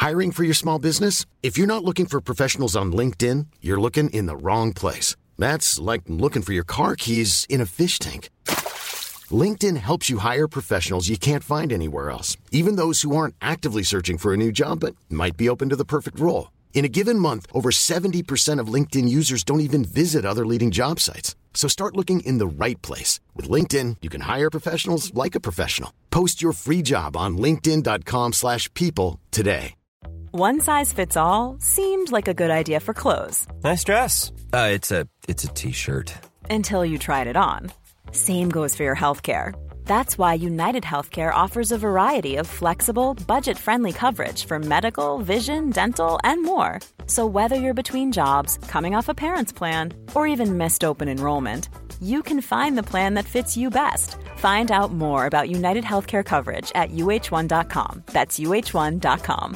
Hiring for your small business? If you're not looking for professionals on LinkedIn, you're looking in the wrong place. That's like looking for your car keys in a fish tank. LinkedIn helps you hire professionals you can't find anywhere else, even those who aren't actively searching for a new job but might be open to the perfect role. In a given month, over 70% of LinkedIn users don't even visit other leading job sites. So start looking in the right place. With LinkedIn, you can hire professionals like a professional. Post your free job on linkedin.com/people today. One size fits all seemed like a good idea for clothes. Nice dress. It's a t-shirt. Until you tried it on. Same goes for your healthcare. That's why United Healthcare offers a variety of flexible, budget-friendly coverage for medical, vision, dental, and more. So whether you're between jobs, coming off a parent's plan, or even missed open enrollment, you can find the plan that fits you best. Find out more about United Healthcare coverage at uh1.com. That's uh1.com.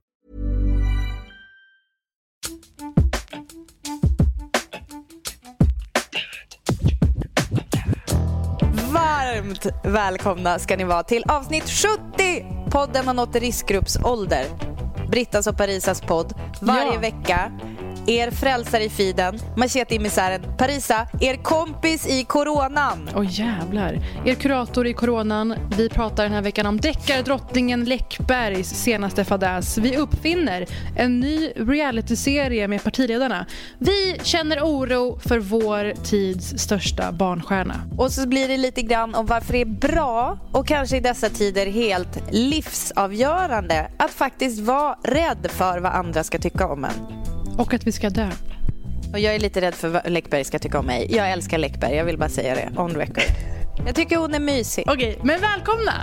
Varmt välkomna ska ni vara till avsnitt 70. Podden har nått riskgruppsålder. Brittas och Parisas podd. Varje vecka. Er frälsare i feeden. Machete i misären. Parisa, er kompis i coronan. Jävlar. Er kurator i coronan. Vi pratar den här veckan om deckardrottningen Läckbergs senaste fadäs. Vi uppfinner en ny realityserie med partiledarna. Vi känner oro för vår tids största barnstjärna. Och så blir det lite grann om varför det är bra och kanske i dessa tider helt livsavgörande att faktiskt vara rädd för vad andra ska tycka om en. Och att vi ska dö. Och jag är lite rädd för vad Läckberg ska tycka om mig. Jag älskar Läckberg, jag vill bara säga det. On record. Jag tycker hon är mysig. Okej, men välkomna!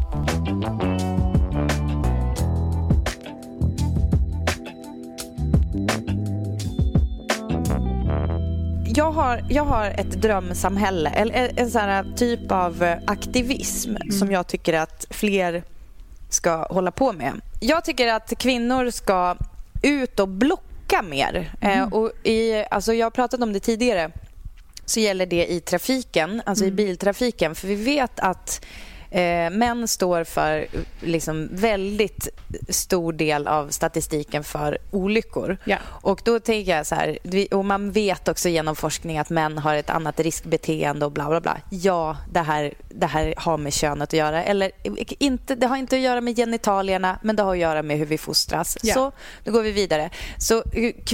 Jag har ett drömsamhälle. Eller en sån här typ av aktivism som jag tycker att fler ska hålla på med. Jag tycker att kvinnor ska ut och blocka mer. Och alltså jag har pratat om det tidigare, så gäller det i trafiken, alltså i biltrafiken, för vi vet att män står för liksom väldigt stor del av statistiken för olyckor. Ja. Och då tänker jag så här, och man vet också genom forskning att män har ett annat riskbeteende och bla bla bla. Ja, det här har med könet att göra, eller inte, det har inte att göra med genitalierna, men det har att göra med hur vi fostras. Ja. Så då går vi vidare. Så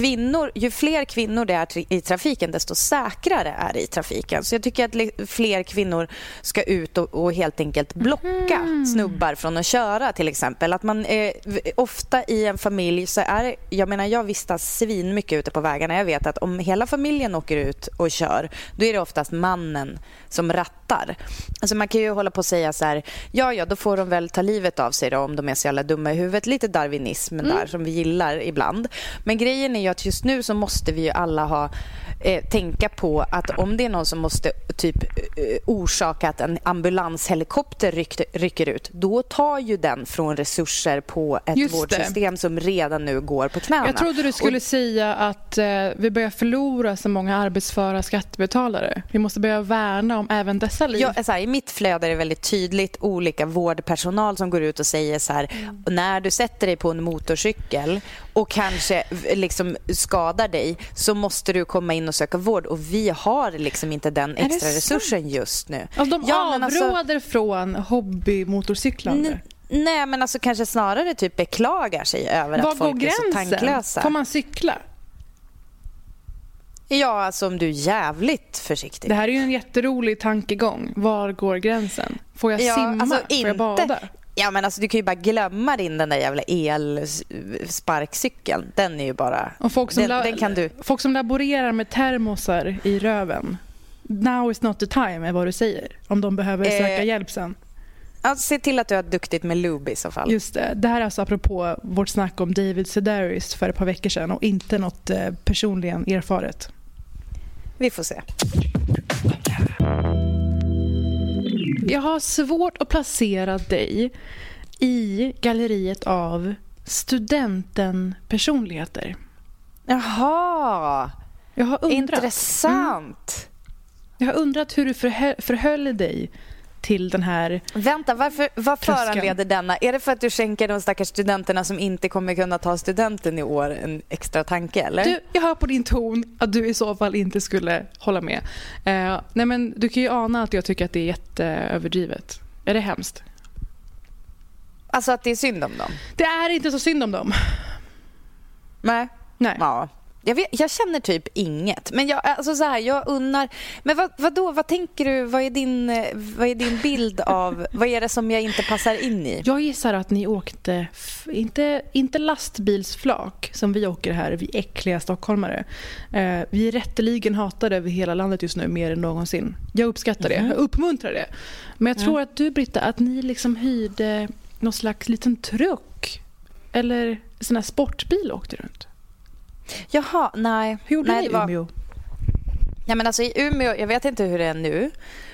ju fler kvinnor det är i trafiken, desto säkrare är det i trafiken. Så jag tycker att fler kvinnor ska ut och helt enkelt blocka snubbar från att köra, till exempel. Att man ofta i en familj så är, jag menar, jag vistas svin mycket ute på vägarna. Jag vet att om hela familjen åker ut och kör, då är det oftast mannen som rattar. Alltså man kan ju hålla på att säga så här, ja, då får de väl ta livet av sig då, om de är så jävla dumma i huvudet. Lite darwinism där som vi gillar ibland. Men grejen är ju att just nu så måste vi ju alla tänka på att om det är någon som måste typ orsaka att en ambulanshelikopter rycker ut, då tar ju den från resurser på ett vårdsystem som redan nu går på knäna. Jag trodde du skulle säga att vi börjar förlora så många arbetsföra skattebetalare. Vi måste börja värna om även dessa liv. Ja, i mitt flöde är det väldigt tydligt olika vårdpersonal som går ut och säger så här, när du sätter dig på en motorcykel och kanske liksom skadar dig, så måste du komma in och söka vård, och vi har liksom inte den extra resursen just nu. Alltså, de avråder från hobbymotorcyklande. Nej, men alltså kanske snarare typ beklagar sig över att folk är så tanklösa. Får man cykla? Ja, alltså om du är jävligt försiktig. Det här är ju en jätterolig tankegång. Var går gränsen? Får jag simma? Alltså får jag bada? Ja, men alltså du kan ju bara glömma din den där jävla elsparkcykeln. Den är ju bara... Och folk som laborerar med termosar i röven. Now is not the time är vad du säger. Om de behöver söka hjälp sen. Alltså, se till att du har duktigt med lube i så fall. Just det. Det här är alltså apropå vårt snack om David Sedaris för ett par veckor sedan. Och inte något personligen erfaret. Vi får se. Jag har svårt att placera dig i galleriet av studenten-personligheter. Jaha, jag har undrat. Intressant. Jag har undrat hur du förhöll dig till den här... Vänta, vad föranleder denna? Är det för att du skänker de stackars studenterna som inte kommer kunna ta studenten i år en extra tanke, eller? Du, jag hör på din ton att du i så fall inte skulle hålla med. Nej, men du kan ju ana att jag tycker att det är jätteöverdrivet. Är det hemskt? Alltså att det är synd om dem? Det är inte så synd om dem. Nej. Ja. Jag känner typ inget. Men jag unnar... Men vad tänker du? Vad är din bild av... Vad är det som jag inte passar in i? Jag gissar att ni åkte... Inte lastbilsflak som vi åker här, vi äckliga stockholmare. Vi är rätteligen hatade över hela landet just nu mer än någonsin. Jag uppskattar det. Jag uppmuntrar det. Men jag tror att du, Britta, att ni liksom hyrde någon slags liten truck. Eller sån här sportbil åkte runt. Jaha, nej. Hur gjorde ni i Umeå? Ja, men alltså i Umeå, jag vet inte hur det är nu.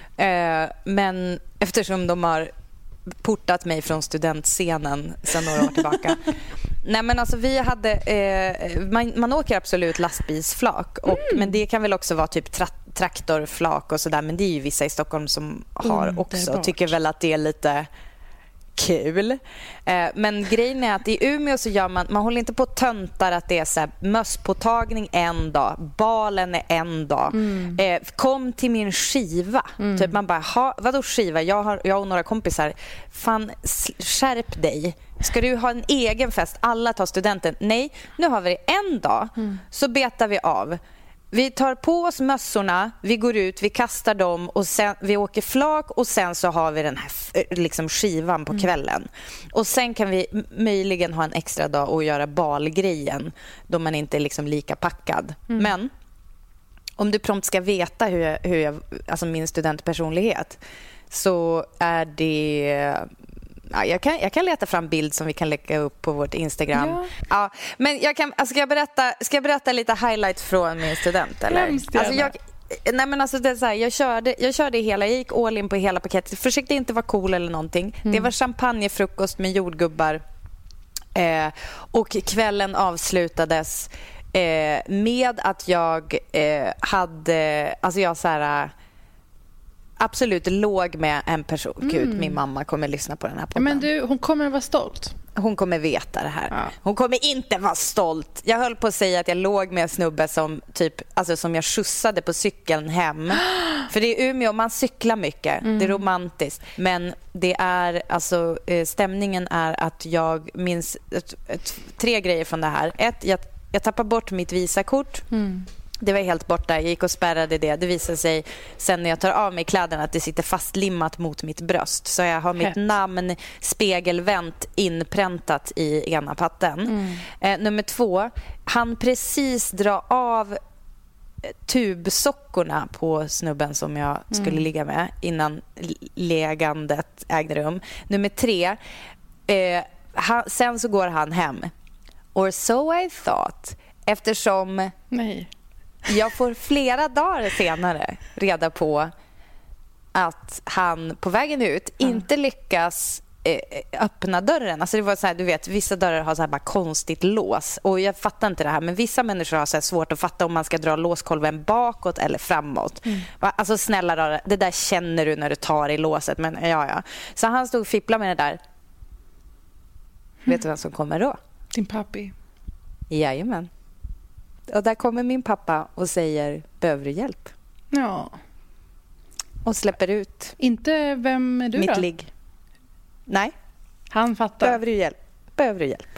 Men eftersom de har portat mig från studentscenen sedan några år tillbaka. Nej, men alltså vi hade... man åker absolut lastbilsflak. Men det kan väl också vara typ traktorflak och sådär. Men det är ju vissa i Stockholm som har också. Och tycker väl att det är lite... kul. Men grejen är att i Umeå så gör man håller inte på töntar att det är så här mösspåtagning en dag, balen är en dag. Kom till min skiva. Typ man bara, vadå skiva? Jag och några kompisar, fan skärp dig. Ska du ha en egen fest? Alla tar studenten. Nej, nu har vi det en dag. Så betar vi av. Vi tar på oss mössorna, vi går ut, vi kastar dem och sen vi åker flak och sen så har vi den här liksom skivan på kvällen. Och sen kan vi möjligen ha en extra dag och göra balgrejen då man inte är liksom lika packad. Men om du prompt ska veta hur jag alltså min studentpersonlighet, så är det... Ja, jag kan leta fram bild som vi kan lägga upp på vårt Instagram. Ja, men ska jag berätta lite highlights från min student, eller? Det är så här, jag körde hela, jag gick all in på hela paketet. Försökte inte vara cool eller någonting. Det var champagnefrukost med jordgubbar. Och kvällen avslutades med att jag hade, alltså jag så här, absolut låg med en person. Gud, min mamma kommer lyssna på den här podden. Men du, hon kommer vara stolt. Hon kommer veta det här. Ja. Hon kommer inte vara stolt. Jag höll på att säga att jag låg med en snubbe som typ, alltså som jag skjutsade på cykeln hem. För det är Umeå, man cyklar mycket. Det är romantiskt. Men det är, alltså stämningen är att jag minns 3 grejer från det här. 1, jag tappar bort mitt visakort. Det var helt borta. Jag gick och spärrade det. Det visade sig sen när jag tar av mig kläderna att det sitter fastlimmat mot mitt bröst. Så jag har mitt namn spegelvänt inpräntat i ena patten. Nummer 2. Han precis dra av tubsockorna på snubben som jag skulle ligga med innan legandet ägde rum. Nummer 3. Sen så går han hem. Or so I thought. Eftersom... Nej. Jag får flera dagar senare reda på att han på vägen ut inte lyckas öppna dörren. Alltså det var så här, du vet, vissa dörrar har så här bara konstigt lås. Och jag fattar inte det här, men vissa människor har så här svårt att fatta om man ska dra låskolven bakåt eller framåt. Alltså snälla rara, det där känner du när du tar i låset. Men ja. Så han stod och fipplade med det där. Vet du vem som kommer då? Din pappi. Jajamän. Och där kommer min pappa och säger, behöver du hjälp? Ja. Och släpper ut. Inte vem är du mitt då? ligg. Nej. Han fattar. Behöver du hjälp? Behöver du hjälp?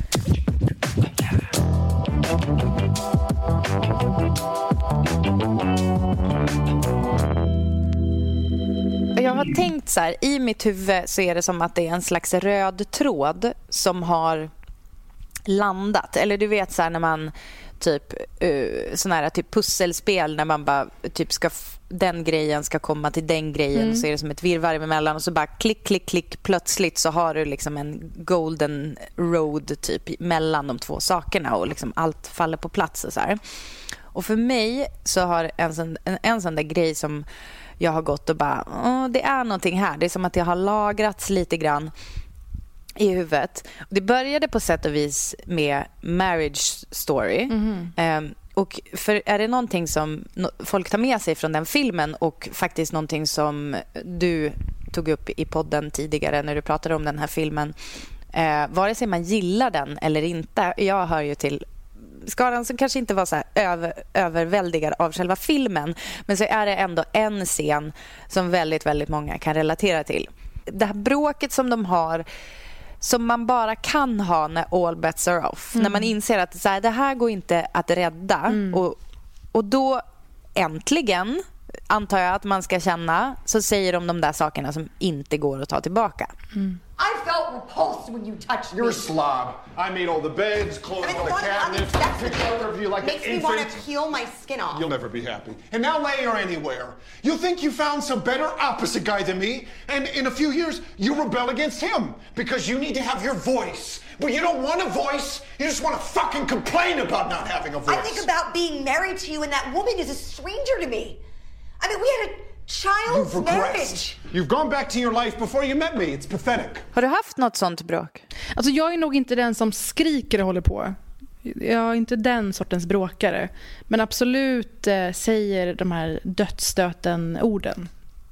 Jag har tänkt så här, i mitt huvud så är det som att det är en slags röd tråd som har landat. Eller du vet så här när man typ sån här typ pusselspel när man bara typ ska den grejen ska komma till den grejen, så är det som ett virrvarr emellan och så bara klick, klick, klick, plötsligt så har du liksom en golden road typ mellan de två sakerna och liksom allt faller på plats och så här. Och för mig så har en sån där grej som jag har gått och bara, det är någonting här. Det är som att det har lagrats lite grann i huvudet. Det började på sätt och vis med Marriage Story. Och för är det någonting som folk tar med sig från den filmen och faktiskt någonting som du tog upp i podden tidigare när du pratade om den här filmen. Vare sig man gillar den eller inte. Jag hör ju till skaran som kanske inte var så här överväldigad av själva filmen. Men så är det ändå en scen som väldigt, väldigt många kan relatera till. Det här bråket som de har, som man bara kan ha när all bets are off. När man inser att så här, det här går inte att rädda. Och då äntligen, antar jag att man ska känna, så säger de där sakerna som inte går att ta tillbaka. I felt repulsed when you touched me. You're a slob. I made all the beds, closed all the cabinets, took care of you like an infant. Makes me want to peel my skin off. You'll never be happy. In LA or anywhere. You think you found some better opposite guy than me, and in a few years, you rebel against him because you need to have your voice. But you don't want a voice. You just want to fucking complain about not having a voice. I think about being married to you, and that woman is a stranger to me. I mean, we had a child's marriage. You've gone back to your life before you met me. It's pathetic. Har du haft något sånt bråk? Alltså jag är nog inte den som skriker och håller på. Jag är inte den sortens bråkare. Men absolut säger de här dödsstöten-orden.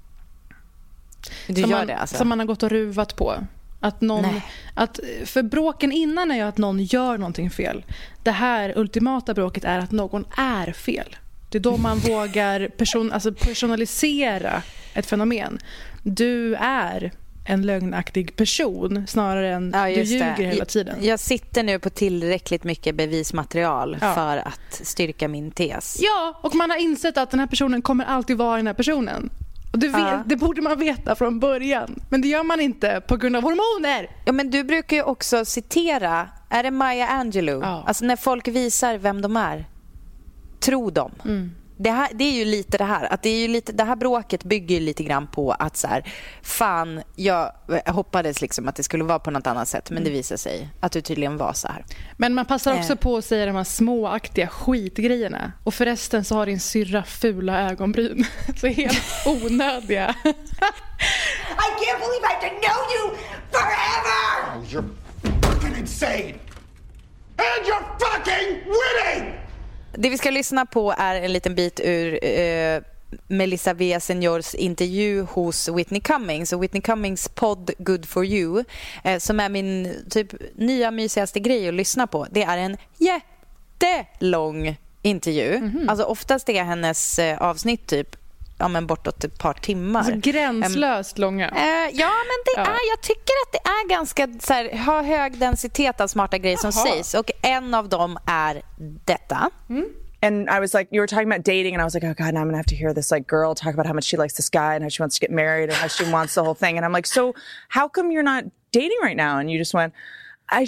Du som gör man, det alltså? Som man har gått och ruvat på. Att någon, för bråken innan är ju att någon gör någonting fel. Det här ultimata bråket är att någon är fel. Det är då man vågar personalisera ett fenomen. Du är en lögnaktig person snarare än du ljuger hela tiden. Jag sitter nu på tillräckligt mycket bevismaterial för att styrka min tes. Ja, och man har insett att den här personen kommer alltid vara den här personen. Och det borde man veta från början. Men det gör man inte på grund av hormoner. Ja, men du brukar ju också citera, är det Maya Angelou? Ja. Alltså när folk visar vem de är, tro dem. Det är ju lite det här, att det är ju lite, det här bråket bygger ju lite grann på att så här, fan, jag hoppades liksom att det skulle vara på något annat sätt, men det visar sig att det tydligen var så här. Men man passar också på att säga de här småaktiga skitgrejerna. Och förresten så har din syrra fula ögonbryn. Så helt onödiga. I can't believe I have to know you forever! Oh, you're fucking insane! And you're fucking winning! Det vi ska lyssna på är en liten bit ur Melissa Villaseñors intervju hos Whitney Cummings. Och Whitney Cummings podd Good for You, som är min typ nya mysigaste grej att lyssna på. Det är en jättelång intervju. Alltså oftast är hennes avsnitt typ bortåt ett par timmar. Alltså gränslöst långa. Jag tycker att det är ganska så här, ha hög densitet av smarta grejer som sägs. Och en av dem är detta. And I was like, you were talking about dating, and I was like, oh God, now I'm gonna have to hear this like girl talk about how much she likes this guy and how she wants to get married and how she wants the whole thing. And I'm like, so how come you're not dating right now? And you just went, I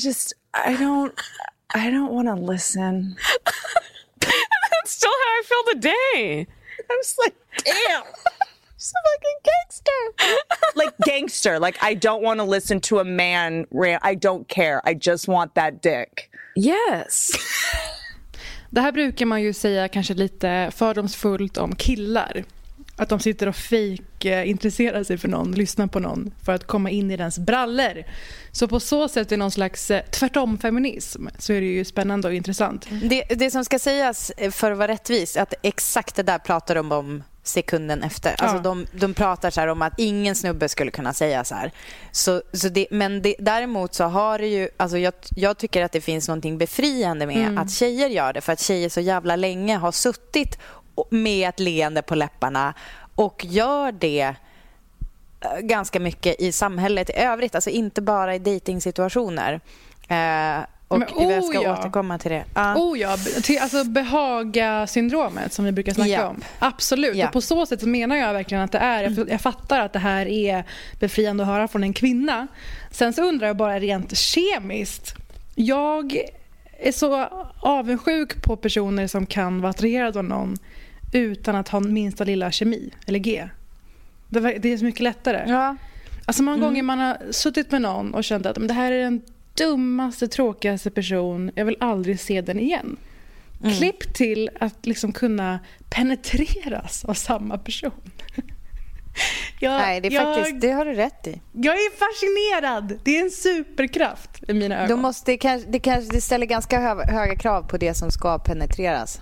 don't want to listen. That's still how I feel today. I was like, damn. She's a fucking gangster. Like gangster. Like, I don't want to listen to a man. I don't care. I just want that dick. Yes. Det här brukar man ju säga kanske lite fördomsfullt om killar. Att de sitter och intresserar sig för någon, lyssnar på någon för att komma in i dens brallor. Så på så sätt är någon slags tvärtom-feminism, så är det ju spännande och intressant. Det som ska sägas för att vara rättvis, att exakt det där pratar de om sekunden efter. Alltså de pratar så här om att ingen snubbe skulle kunna säga så här. Däremot så har det ju, alltså jag tycker att det finns någonting befriande med att tjejer gör det, för att tjejer så jävla länge har suttit med ett leende på läpparna och gör det ganska mycket i samhället i övrigt, alltså inte bara i dejtingsituationer. Och vi ska återkomma till det. Alltså behaga-syndromet som vi brukar snacka om. Absolut. Och på så sätt så menar jag verkligen att det är, jag fattar att det här är befriande att höra från en kvinna. Sen så undrar jag bara rent kemiskt. Jag är så avundsjuk på personer som kan vara attraherade av någon utan att ha minsta lilla kemi eller G. Det är så mycket lättare. Ja. Alltså många gånger man har suttit med någon och känt att det här är den dummaste, tråkigaste person. Jag vill aldrig se den igen. Klipp till att liksom kunna penetreras av samma person. Det har du rätt i. Jag är fascinerad. Det är en superkraft i mina ögon. Det ställer ganska höga krav på det som ska penetreras.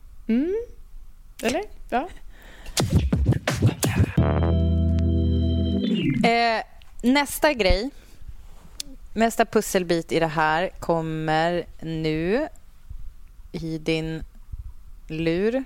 Eller? Ja. Nästa grej, nästa pusselbit i det här kommer nu i din lur.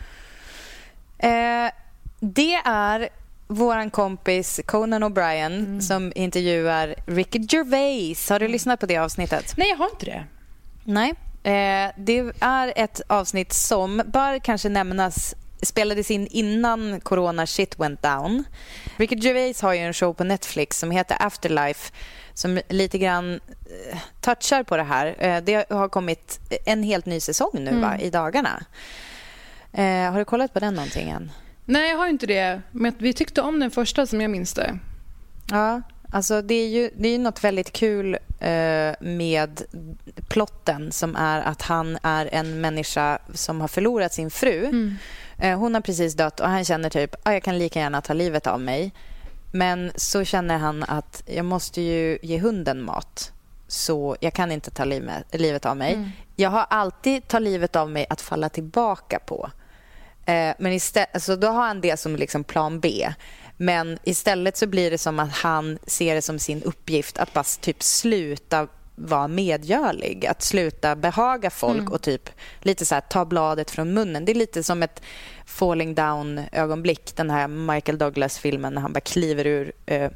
Det är våran kompis Conan O'Brien som intervjuar Ricky Gervais. Har du lyssnat på det avsnittet? Nej, jag har inte det. Nej. Det är ett avsnitt som bör kanske nämnas, spelades in innan corona shit went down. Ricky Gervais har ju en show på Netflix som heter Afterlife som lite grann touchar på det här. Det har kommit en helt ny säsong nu i dagarna. Har du kollat på den någonting än? Nej, jag har inte det. Men vi tyckte om den första som jag minns det. Ja, alltså det är ju något väldigt kul med plotten som är att han är en människa som har förlorat sin fru. Hon har precis dött och han känner typ jag kan lika gärna ta livet av mig. Men så känner han att jag måste ju ge hunden mat. Så jag kan inte ta livet av mig. Jag har alltid ta livet av mig att falla tillbaka på. Men istället, alltså då har han det som liksom plan B. Men istället så blir det som att han ser det som sin uppgift att bara typ sluta vara medgörlig, att sluta behaga folk och typ lite så här ta bladet från munnen. Det är lite som ett falling down ögonblick, den här Michael Douglas-filmen när han bara kliver ur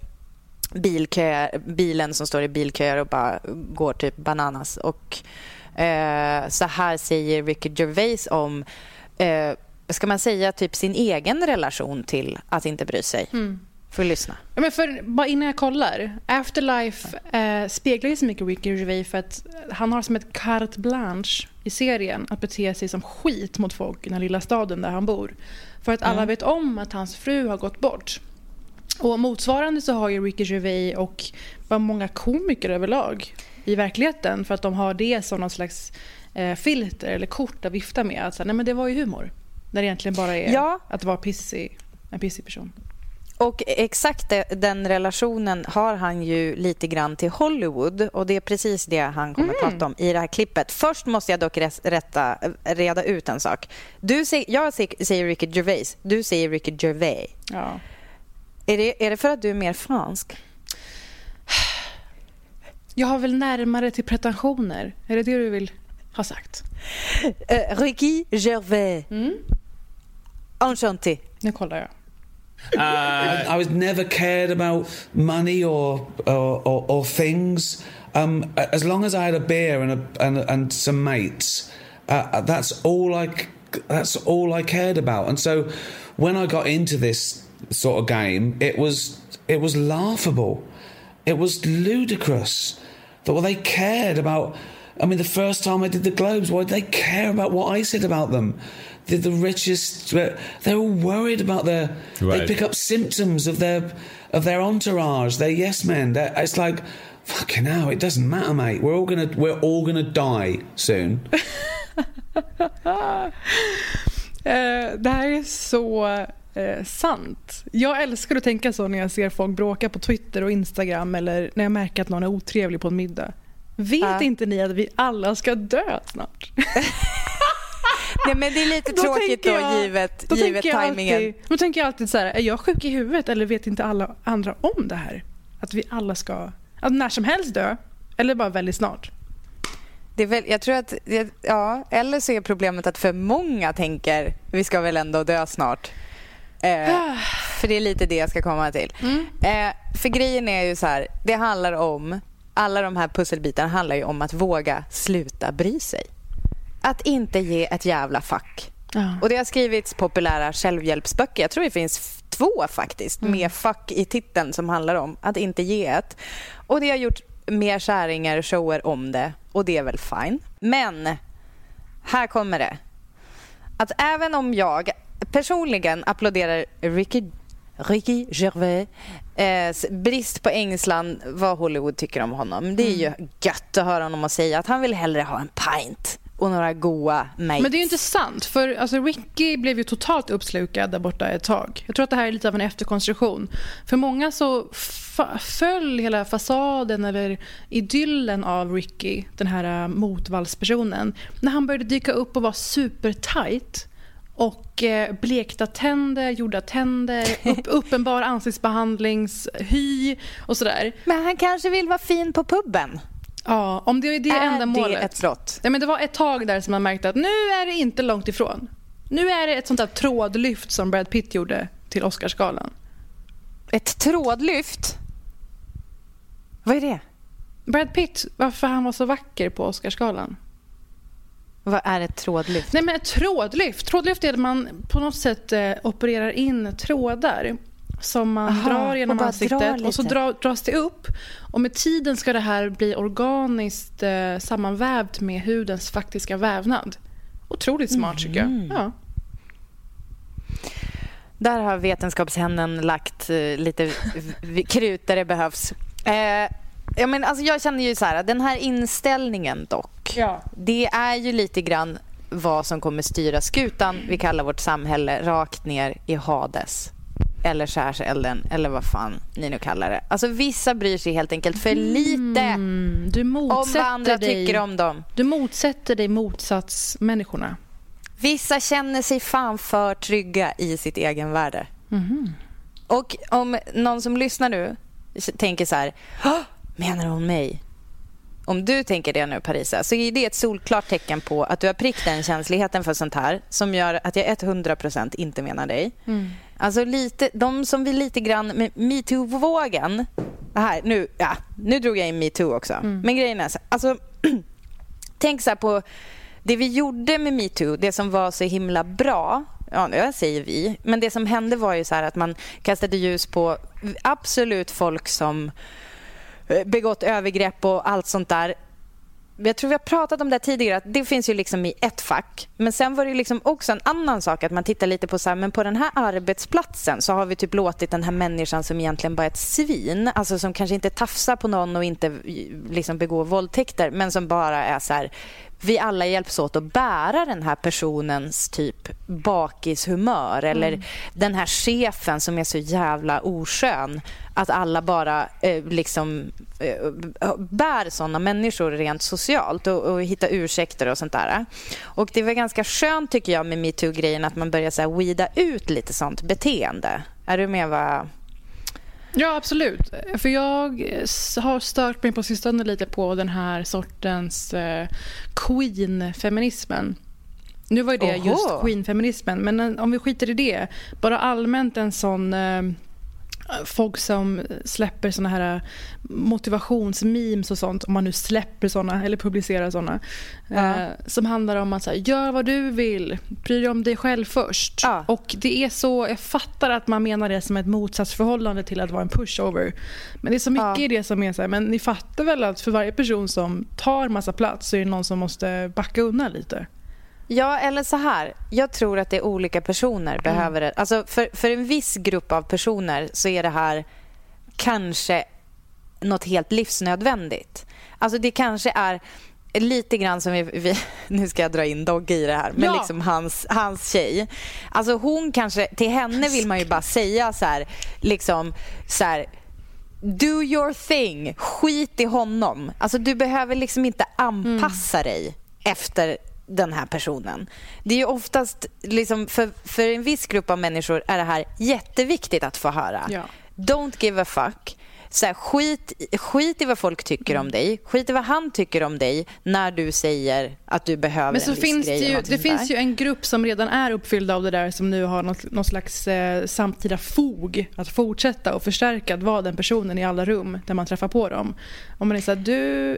bilen som står i bilköer och bara går typ bananas. Och så här säger Ricky Gervais om ska man säga typ sin egen relation till att inte bry sig. Får lyssna. Ja, men bara innan jag kollar. Afterlife speglar ju så mycket Ricky Gervais för att han har som ett carte blanche i serien att bete sig som skit mot folk i den lilla staden där han bor. För att alla vet om att hans fru har gått bort. Och motsvarande så har ju Ricky Gervais och bara många komiker överlag i verkligheten för att de har det som någon slags filter eller kort att vifta med. Att säga, nej men det var ju humor. När det egentligen bara är att vara en pissig person. Och exakt den relationen har han ju lite grann till Hollywood. Och det är precis det han kommer att prata om i det här klippet. Först måste jag dock reda ut en sak. Jag säger Ricky Gervais, du säger Ricky Gervais. Ja. Är det för att du är mer fransk? Jag har väl närmare till pretensioner. Är det du vill ha sagt? Ricky Gervais. Enchanté. Nu kollar jag. I was never cared about money or things. As long as I had a beer and some mates, that's all I cared about. And so when I got into this sort of game, it was laughable. It was ludicrous that they cared about. I mean, the first time I did the Globes, why did they care about what I said about them? The richest, they're all worried about they pick up symptoms of their entourage, their yes men. It's like, fucking hell, it doesn't matter, mate. We're all gonna die soon. Det här är så sant. Jag älskar att tänka så när jag ser folk bråka på Twitter och Instagram eller när jag märker att någon är otrevlig på en middag. Vet inte ni att vi alla ska dö snart? Nej, men det är lite tråkigt då givet tajmingen. Då tänker jag alltid så här, är jag sjuk i huvudet eller vet inte alla andra om det här? Att vi alla ska när som helst dö eller bara väldigt snart. Det är väl, jag tror att eller så är problemet att för många tänker vi ska väl ändå dö snart. För det är lite det jag ska komma till. För grejen är ju så här, det handlar om alla de här pusselbitarna handlar ju om att våga sluta bry sig. Att inte ge ett jävla fuck. Och det har skrivits populära självhjälpsböcker. Jag tror det finns 2 faktiskt med fuck i titeln som handlar om att inte ge ett. Och det har gjort mer käringar och shower om det. Och det är väl fine. Men här kommer det. Att även om jag personligen applåderar Ricky Gervais brist på ängslan vad Hollywood tycker om honom. Det är ju gött att höra honom säga att han vill hellre ha en pint och några goa mates. Men det är ju inte sant, för alltså, Ricky blev ju totalt uppslukad där borta ett tag. Jag tror att det här är lite av en efterkonstruktion. För många så föll hela fasaden eller idyllen av Ricky, den här motvallspersonen, när han började dyka upp och vara super tight och blekta tänder, gjorda tänder, uppenbar ansiktsbehandlingshy och sådär. Men han kanske vill vara fin på pubben. Ja, om det är det enda målet. Det ett brott? Ja, men det var ett tag där som man märkte att nu är det inte långt ifrån. Nu är det ett sånt där trådlyft som Brad Pitt gjorde till Oscarsgalan. Ett trådlyft? Vad är det? Brad Pitt, varför han var så vacker på Oscarsgalan. Vad är ett trådlyft? Nej, men ett trådlyft. Trådlyft är att man på något sätt opererar in trådar som man drar genom ansiktet och så dras det upp. Och med tiden ska det här bli organiskt sammanvävt med hudens faktiska vävnad. Otroligt smart tycker jag. Ja. Där har vetenskapshännen lagt lite krut där det behövs. Jag känner ju så här, den här inställningen dock, det är ju lite grann vad som kommer styra skutan. Vi kallar vårt samhälle rakt ner i Hades. Eller skärselden, eller vad fan ni nu kallar det. Alltså vissa bryr sig helt enkelt för lite om vad andra tycker om dem. Du motsätter dig motsatsmänniskorna. Vissa känner sig fan för trygga i sitt egen värde. Och om någon som lyssnar nu tänker så här, menar hon mig? Om du tänker det nu, Parisa, så är det ett solklart tecken på att du har prickt den känsligheten för sånt här som gör att jag 100% inte menar dig. Alltså de som vill lite grann med MeToo-vågen. Nu drog jag in MeToo också. Men grejen är så, alltså tänk så här på det vi gjorde med MeToo, det som var så himla bra. Ja, jag säger vi. Men det som hände var ju så här att man kastade ljus på absolut folk som begått övergrepp och allt sånt där. Jag tror vi har pratat om det tidigare, att det finns ju liksom i ett fack. Men sen var det liksom också en annan sak att man tittar lite på så här, men på den här arbetsplatsen så har vi typ låtit den här människan som egentligen bara är ett svin, alltså som kanske inte tafsar på någon och inte liksom begår våldtäkter, men som bara är så här, vi alla hjälps åt att bära den här personens typ bakishumör eller den här chefen som är så jävla oskön att alla bara bär såna människor rent socialt och hittar ursäkter och sånt där. Och det var ganska skönt tycker jag med MeToo-grejen att man börjar så här weeda ut lite sånt beteende. Är du med vad... Ja, absolut. För jag har stört mig på sistone lite på den här sortens queen-feminismen. Nu var ju det just queen-feminismen, men om vi skiter i det, bara allmänt en sån... folk som släpper såna här motivationsmemes och sånt, om man nu släpper såna eller publicerar såna som handlar om att så här, gör vad du vill, bry dig om dig själv först. Och det är så, jag fattar att man menar det som ett motsatsförhållande till att vara en pushover, men det är så mycket i det som är så här, men ni fattar väl att för varje person som tar massa plats så är det någon som måste backa undan lite. Ja, eller så här. Jag tror att det är olika personer behöver det. Alltså för en viss grupp av personer så är det här kanske något helt livsnödvändigt. Alltså det kanske är lite grann som vi nu ska jag dra in Dogge i det här, men liksom hans tjej. Alltså hon kanske, till henne vill man ju bara säga så här, liksom så här, do your thing, skit i honom. Alltså du behöver liksom inte anpassa dig efter den här personen. Det är ju oftast liksom för en viss grupp av människor är det här jätteviktigt att få höra. Don't give a fuck. Så här, skit i vad folk tycker om dig. Skit i vad han tycker om dig när du säger att du behöver en viss grej. Det finns ju en grupp som redan är uppfylld av det där, som nu har någon slags samtida fog att fortsätta och förstärka att vara den personen i alla rum där man träffar på dem. Om man är så här,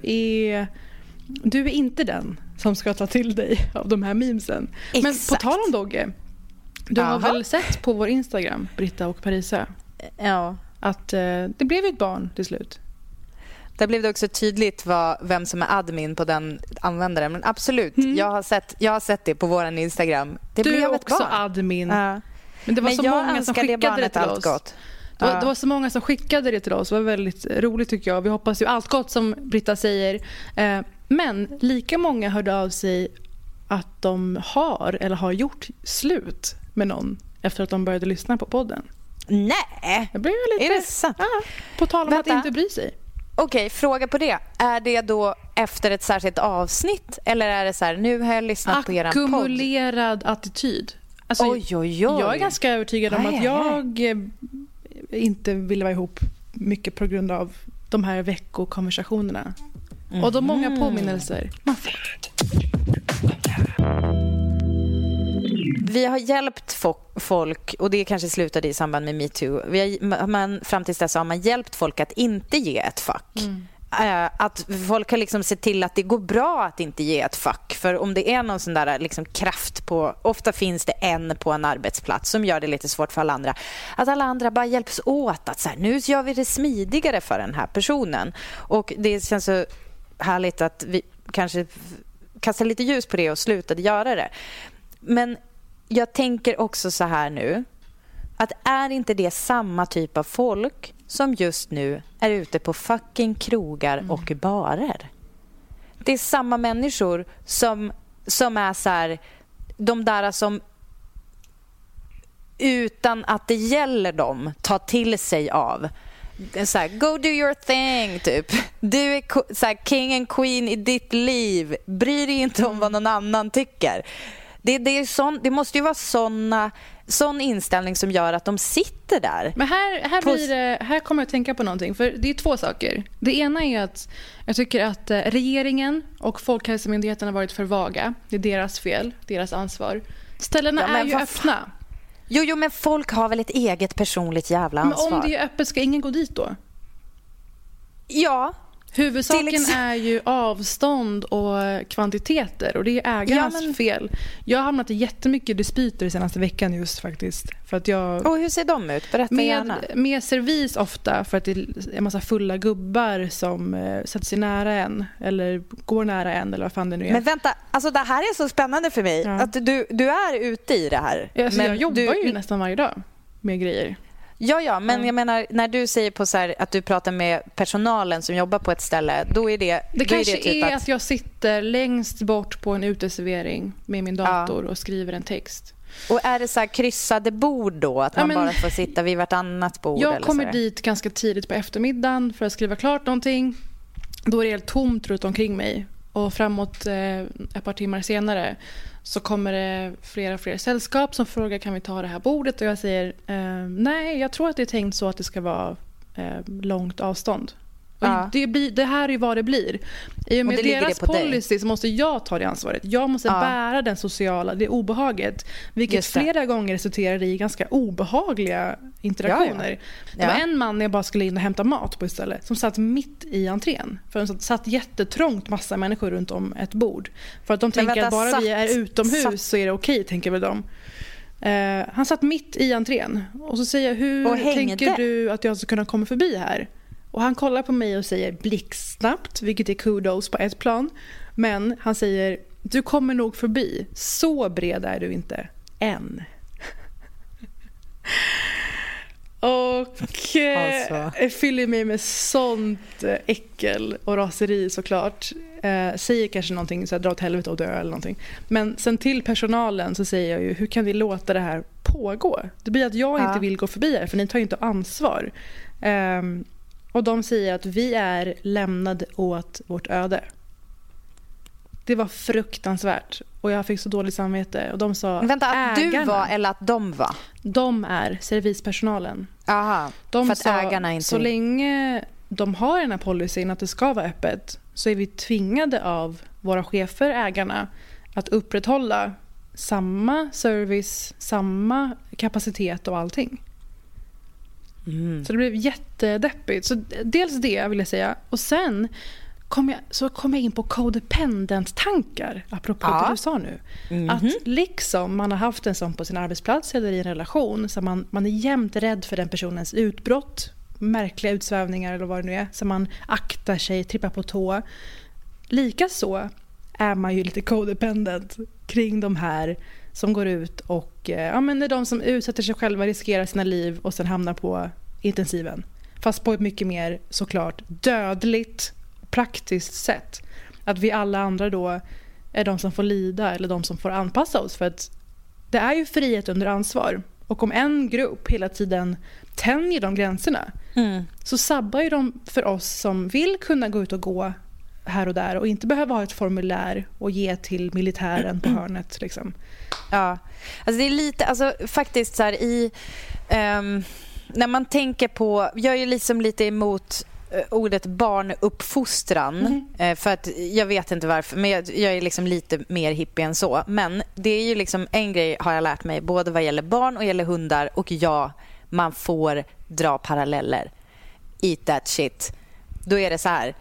du är inte den som ska ta till dig av de här memesen. Exakt. Men på tal om Dogge, du har väl sett på vår Instagram, Britta och Parisa, att det blev ett barn till slut. Där blev det också tydligt vem som är admin på den användaren. Men absolut, jag har sett det på vår Instagram. Det du blev är ett också barn. Admin. Men det var så många som skickade det till oss. Gott. Det var så många som skickade det till oss. Det var väldigt roligt tycker jag. Vi hoppas ju allt gott som Britta säger. Men lika många hörde av sig att de har gjort slut med någon efter att de började lyssna på podden. Nej, det blev lite... Är det sant? På tal om att inte bry sig. Okej, fråga på det. Är det då efter ett särskilt avsnitt? Eller är det så här, nu har jag lyssnat på er podd? Ackumulerad attityd. Alltså, Oj. Jag är ganska övertygad om att jag inte ville vara ihop mycket på grund av de här veckokonversationerna. Och de många påminnelser man får. Vi har hjälpt folk, och det kanske slutade i samband med MeToo. Fram tills dess har man hjälpt folk att inte ge ett fack. Att folk har liksom sett till att det går bra att inte ge ett fack. För om det är någon sån där liksom kraft på, ofta finns det en på en arbetsplats som gör det lite svårt för alla andra, att alla andra bara hjälps åt att så här, nu gör vi det smidigare för den här personen. Och det känns så härligt att vi kanske kastar lite ljus på det och slutade göra det. Men jag tänker också så här nu, att är inte det samma typ av folk som just nu är ute på fucking krogar och barer? Det är samma människor som är så här, de där som utan att det gäller dem tar till sig av så här, go do your thing typ. Du är så här, king and queen i ditt liv. Bry dig inte om vad någon annan tycker. Det måste ju vara sån inställning som gör att de sitter där. Men här kommer jag att tänka på någonting. För det är två saker. Det ena är att jag tycker att regeringen och Folkhälsomyndigheten har varit för vaga. Det är deras fel, deras ansvar. Ställena är ju öppna. Jo, men folk har väl ett eget personligt jävla ansvar. Men om det är öppet, ska ingen gå dit då? Ja. Huvudsaken är ju avstånd och kvantiteter, och det är ägarnas fel. Jag har hamnat i jättemycket dispyter senaste veckan just faktiskt. För att och hur ser de ut? Berätta gärna. Med servis ofta, för att det är en massa fulla gubbar som sätter sig nära en eller går nära en eller vad fan det nu är. Men vänta, alltså det här är så spännande för mig att du är ute i det här. Alltså, men jag jobbar ju nästan varje dag med grejer. Ja, men jag menar, när du säger på så här, att du pratar med personalen som jobbar på ett ställe, då är det... Det kanske är typ att jag sitter längst bort på en uteservering med min dator och skriver en text. Och är det så här kryssade bord då? Att man bara får sitta vid vartannat bord? Jag kommer dit ganska tidigt på eftermiddagen för att skriva klart någonting. Då är det helt tomt runt omkring mig. Och framåt ett par timmar senare så kommer det fler sällskap som frågar, kan vi ta det här bordet? Och jag säger, nej, jag tror att det är tänkt så att det ska vara långt avstånd. Det här är ju vad det blir. I och med deras policy så måste jag ta det ansvaret. Jag måste bära det obehaget. Vilket flera gånger resulterar i ganska obehagliga interaktioner. Det var en man när jag bara skulle in och hämta mat på istället, som satt mitt i entrén. För de satt jättetrångt, massa människor runt om ett bord. För att de tänker att bara vi är utomhus så är det okej, tänker väl de. Han satt mitt i entrén. Och så säger jag, hur tänker du att jag ska kunna komma förbi här? Och han kollar på mig och säger blixtsnabbt, vilket är kudos på ett plan. Men han säger, du kommer nog förbi. Så bred är du inte än. Och fyller mig med sånt äckel och raseri såklart. Säger kanske någonting så jag drar åt helvete och dö eller någonting. Men sen till personalen så säger jag ju, hur kan vi låta det här pågå? Det blir att jag inte vill gå förbi här, för ni tar ju inte ansvar. Och de säger att vi är lämnade åt vårt öde. Det var fruktansvärt. Och jag fick så dåligt samvete. Och de sa, vänta, att ägarna, du var eller att de var? De är servispersonalen. Aha, de för att sa, ägarna inte... så länge de har den här policyn att det ska vara öppet, så är vi tvingade av våra chefer, ägarna, att upprätthålla samma service, samma kapacitet och allting. Så det blev jättedeppigt. Så dels det vill jag säga. Och sen kom jag in på codependent-tankar apropå det du sa nu. Att liksom man har haft en sån på sin arbetsplats eller i en relation, så man är jämt rädd för den personens utbrott, märkliga utsvävningar eller vad det nu är, så man aktar sig, trippar på tå. Likaså är man ju lite codependent kring de här som går ut och men det är de som utsätter sig själva, riskerar sina liv och sen hamnar på intensiven. Fast på ett mycket mer såklart dödligt, praktiskt sätt. Att vi alla andra då är de som får lida eller de som får anpassa oss, för att det är ju frihet under ansvar. Och om en grupp hela tiden tänjer de gränserna så sabbar ju de för oss som vill kunna gå ut och gå här och där och inte behöva ha ett formulär och ge till militären på hörnet liksom. Ja, alltså det är lite, alltså faktiskt så här i när man tänker på, jag är ju liksom lite emot ordet barnuppfostran för att jag vet inte varför, men jag är liksom lite mer hippie än så, men det är ju liksom en grej har jag lärt mig både vad gäller barn och gäller hundar, och ja, man får dra paralleller. Eat that shit. Då är det så här,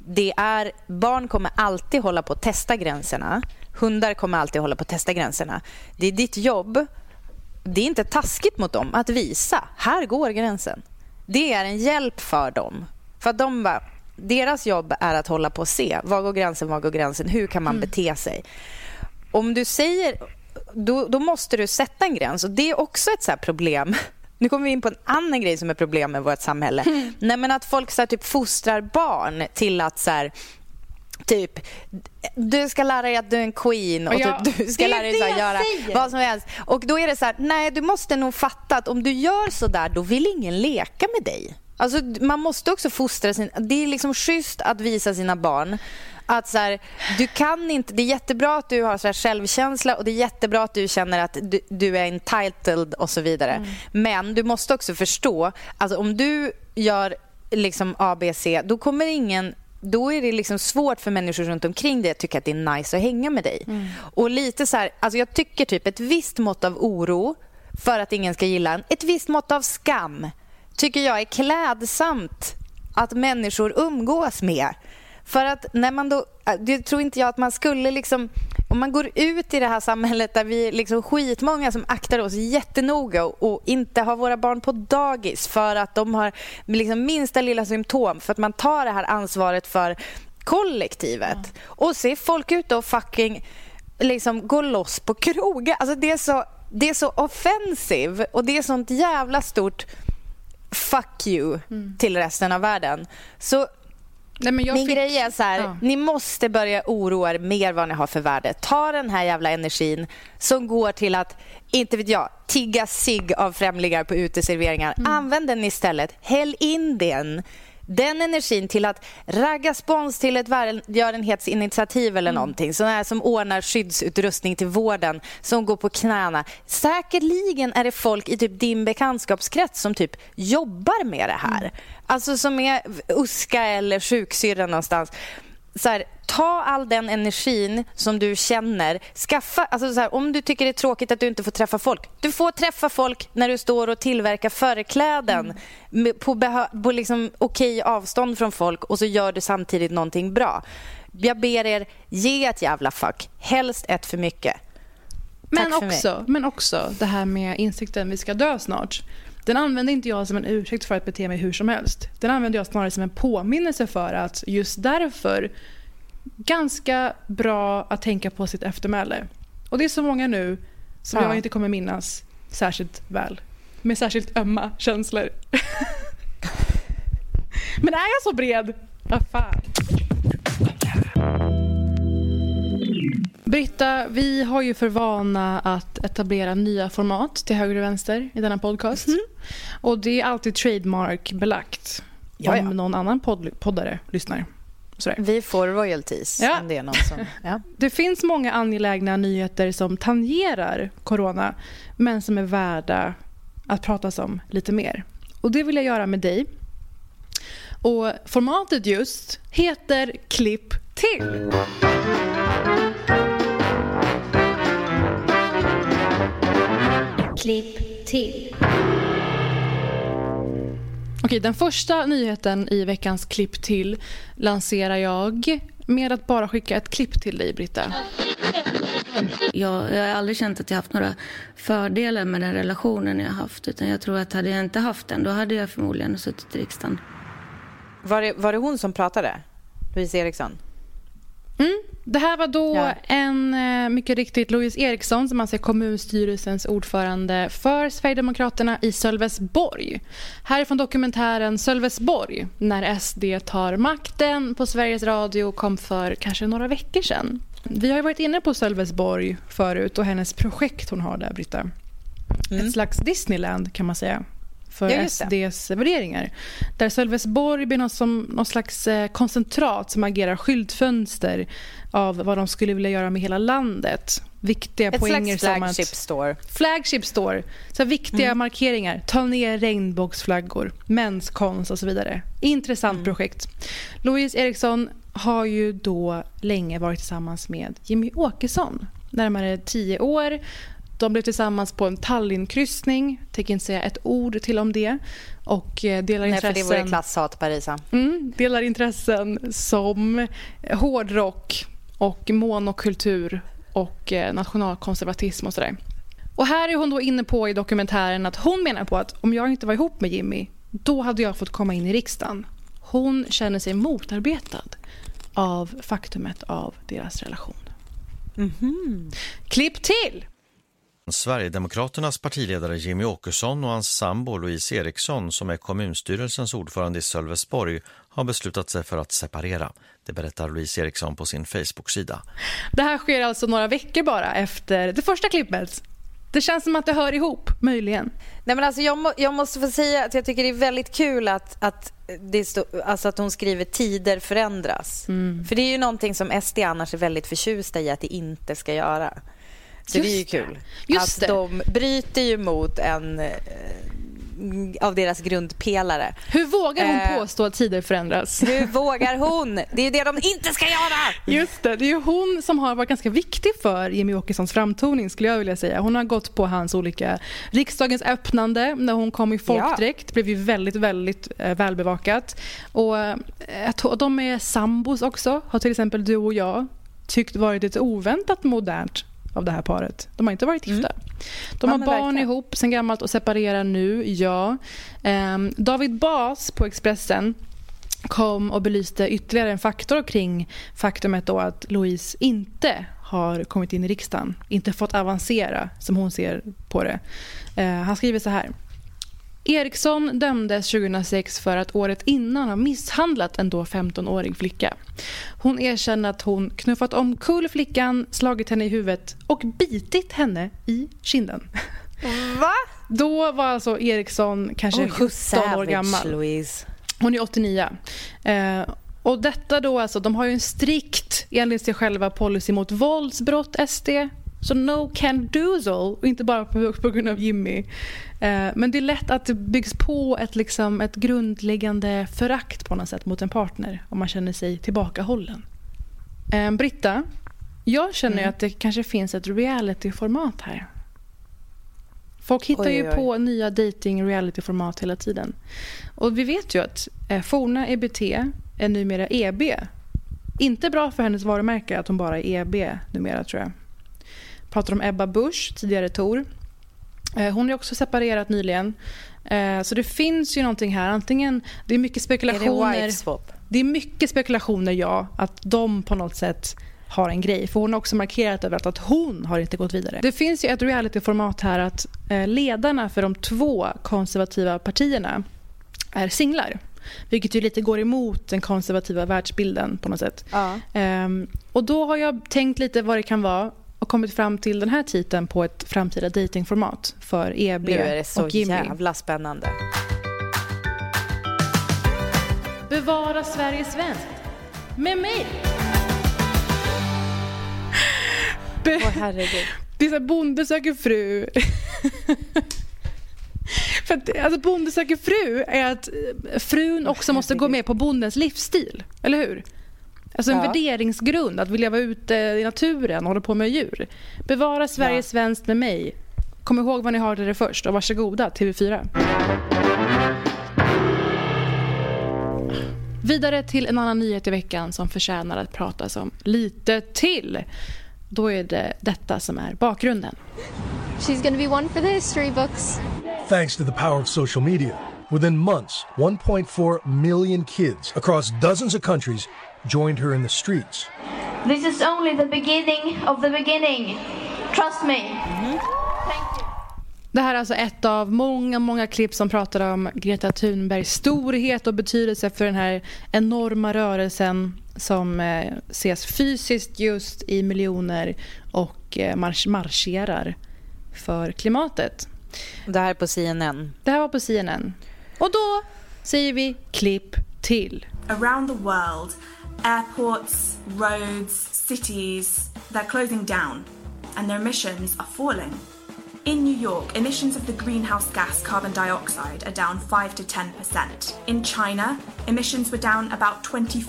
barn kommer alltid hålla på att testa gränserna, hundar kommer alltid hålla på att testa gränserna. Det är ditt jobb, det är inte taskigt mot dem att visa, här går gränsen. Det är en hjälp för dem. För att deras jobb är att hålla på och se, var går gränsen, hur kan man bete sig. Om du säger, då måste du sätta en gräns, och det är också ett så här problem. Nu kommer vi in på en annan grej som är problem med vårt samhälle. Nej, men att folk så här, typ fostrar barn till att så här, typ du ska lära dig att du är en queen och typ, du ska lära dig så här, göra vad som helst. Och då är det så här, nej, du måste nog fatta att om du gör så där, då vill ingen leka med dig. Alltså man måste också fostra det är liksom schysst att visa sina barn att så här, du kan inte, det är jättebra att du har så här självkänsla och det är jättebra att du känner att du är entitled och så vidare. Men du måste också förstå, alltså om du gör liksom ABC, då är det liksom svårt för människor runt omkring dig att tycka att det är nice att hänga med dig. Och lite så här, alltså jag tycker typ ett visst mått av oro för att ingen ska gilla en, ett visst mått av skam tycker jag är klädsamt att människor umgås med. För att när man då, det tror inte jag att man skulle liksom, om man går ut i det här samhället där vi liksom skitmånga som aktar oss jättenoga och inte har våra barn på dagis för att de har liksom minsta lilla symptom, för att man tar det här ansvaret för kollektivet. Och se folk ute och fucking liksom gå loss på krogar. Alltså det är så offensiv och det är sånt jävla stort fuck you till resten av världen. Så min grej är så här, ni måste börja oroa er mer vad ni har för värde. Ta den här jävla energin som går till att, inte vet jag, tigga sig av främlingar på uteserveringar. Använd den istället. Häll in den energin till att ragga spons till ett välgörenhetsinitiativ eller någonting. Sådana här som ordnar skyddsutrustning till vården, som går på knäna. Säkerligen är det folk i typ din bekantskapskrets som typ jobbar med det här. Alltså som är uska eller sjuksyrra någonstans. Så här, ta all den energin som du känner, skaffa, alltså så här, om du tycker det är tråkigt att du inte får träffa folk, du får träffa folk när du står och tillverkar förkläden på liksom okej avstånd från folk, och så gör du samtidigt någonting bra. Jag ber er, ge ett jävla fuck, helst ett för mycket. Men också det här med insikten vi ska dö snart. Den använder inte jag som en ursäkt för att bete mig hur som helst. Den använder jag snarare som en påminnelse för att just därför ganska bra att tänka på sitt eftermäle. Och det är så många nu som jag inte kommer minnas särskilt väl. Med särskilt ömma känslor. Men är jag så bred? Vad fan. Britta, vi har ju för vana att etablera nya format till höger och vänster i denna podcast. Och det är alltid trademark-belagt om någon annan poddare lyssnar. Sådär. Vi får royalties om det är någon som... Ja. Det finns många angelägna nyheter som tangerar corona, men som är värda att pratas om lite mer. Och det vill jag göra med dig. Och formatet just heter Klipp till. Klipp till. Okej, den första nyheten i veckans klipp till lanserar jag med att bara skicka ett klipp till dig, Britta. Jag har aldrig känt att jag haft några fördelar med den relationen jag haft, utan jag tror att hade jag inte haft den, då hade jag förmodligen suttit i riksdagen. Var det hon som pratade? Louise Eriksson? Det här var då en mycket riktigt Louise Eriksson, som alltså är kommunstyrelsens ordförande för Sverigedemokraterna i Sölvesborg. Här är från dokumentären Sölvesborg, när SD tar makten, på Sveriges Radio, kom för kanske några veckor sedan. Vi har ju varit inne på Sölvesborg förut och hennes projekt hon har där, Britta. Ett slags Disneyland kan man säga. för SDs värderingar. Där Sölvesborg blir någon slags koncentrat som agerar skyltfönster av vad de skulle vilja göra med hela landet. Viktiga poänger som flagship store. Så viktiga markeringar. Ta ner regnbågsflaggor, menskonst och så vidare. Intressant projekt. Louise Eriksson har ju då länge varit tillsammans med Jimmy Åkesson. Närmare 10 år. De blev tillsammans på en Tallinn-kryssning. Tänker inte säga ett ord till om det. Och delar intressen. Nej, för det vore klasshat, Parisa. Delar intressen som hårdrock och monokultur och nationalkonservatism och sådär. Och här är hon då inne på i dokumentären att hon menar på att om jag inte var ihop med Jimmy, då hade jag fått komma in i riksdagen. Hon känner sig motarbetad av faktumet av deras relation. Klipp till! Sverigedemokraternas partiledare Jimmy Åkesson och hans sambo Louise Eriksson, som är kommunstyrelsens ordförande i Sölvesborg, har beslutat sig för att separera. Det berättar Louise Eriksson på sin Facebook-sida. Det här sker alltså några veckor bara efter det första klippet. Det känns som att det hör ihop, möjligen. Nej, men alltså jag måste få säga att jag tycker det är väldigt kul att hon skriver tider förändras. För det är ju någonting som SD annars är väldigt förtjusta i att det inte ska göra. Så det är ju kul. Att de bryter ju mot en av deras grundpelare. Hur vågar hon påstå att tider förändras? Hur vågar hon? Det är ju det de inte ska göra. Just det, det är ju hon som har varit ganska viktig för Jimmy Åkessons framtoning, skulle jag vilja säga. Hon har gått på hans olika riksdagens öppnande när hon kom i folkdräkt. Det blev ju väldigt, väldigt välbevakat. Och de är sambos också, har till exempel du och jag tyckt varit lite oväntat modernt av det här paret. De har inte varit gifta. De har barn verkligen ihop sen gammalt och separerar nu, David Bas på Expressen kom och belyste ytterligare en faktor kring faktumet då att Louise inte har kommit in i riksdagen, inte fått avancera som hon ser på det. Han skriver så här: Eriksson dömdes 2006 för att året innan ha misshandlat en då 15-årig flicka. Hon erkänner att hon knuffat omkull flickan, slagit henne i huvudet och bitit henne i kinden. Va? Då var alltså Eriksson kanske 17 år gammal. Louise. Hon är 89. Och detta då alltså, de har ju en strikt enligt sig själva policy mot våldsbrott, SD. Så no can do och inte bara på grund av Jimmy. Men det är lätt att det byggs på ett grundläggande förakt på något sätt mot en partner om man känner sig tillbakahållen. Britta, jag känner ju att det kanske finns ett reality-format här. Folk hittar ju på nya dating-reality-format hela tiden. Och vi vet ju att forna EBT är numera EB. Inte bra för hennes varumärke att hon bara är EB numera, tror jag. Pratar om Ebba Busch, tidigare Tor. Hon är också separerat nyligen. Så det finns ju någonting här. Antingen, det är mycket spekulationer. Är det wife swap? Det är mycket spekulationer, att de på något sätt har en grej. För hon har också markerat över att hon har inte gått vidare. Det finns ju ett reality-format här att ledarna för de 2 konservativa partierna är singlar. Vilket ju lite går emot den konservativa världsbilden på något sätt. Ja. Och då har jag tänkt lite vad det kan vara och kommit fram till den här titeln på ett framtida datingformat för EB och Jimmy. Nu är det så jävla spännande. Bevara Sverige svenskt med mig. Herregud. Det är så här, Bonde söker fru. För att, alltså, Bonde söker fru är att frun också måste gå med på bondens livsstil, eller hur? Alltså en värderingsgrund, att vilja vara ute i naturen och hålla på med djur. Bevara Sverige svenskt med mig. Kom ihåg vad ni hörde det först och varsågoda, TV4. Vidare till en annan nyhet i veckan som förtjänar att pratas om lite till. Då är det detta som är bakgrunden. She's going to be one for the history books. Thanks to the power of social media, within months, 1.4 million kids across dozens of countries joined her in the streets. This is only the beginning of the beginning. Trust me. Thank you. Det här är alltså ett av många klipp som pratar om Greta Thunbergs storhet och betydelse för den här enorma rörelsen som ses fysiskt just i miljoner och marscherar för klimatet. Det här är på CNN. Det här var på CNN. Och då säger vi klipp till. Around the world, airports, roads, cities, they're closing down and their emissions are falling. In New York, emissions of the greenhouse gas carbon dioxide are down 5 to 10%. In China, emissions were down about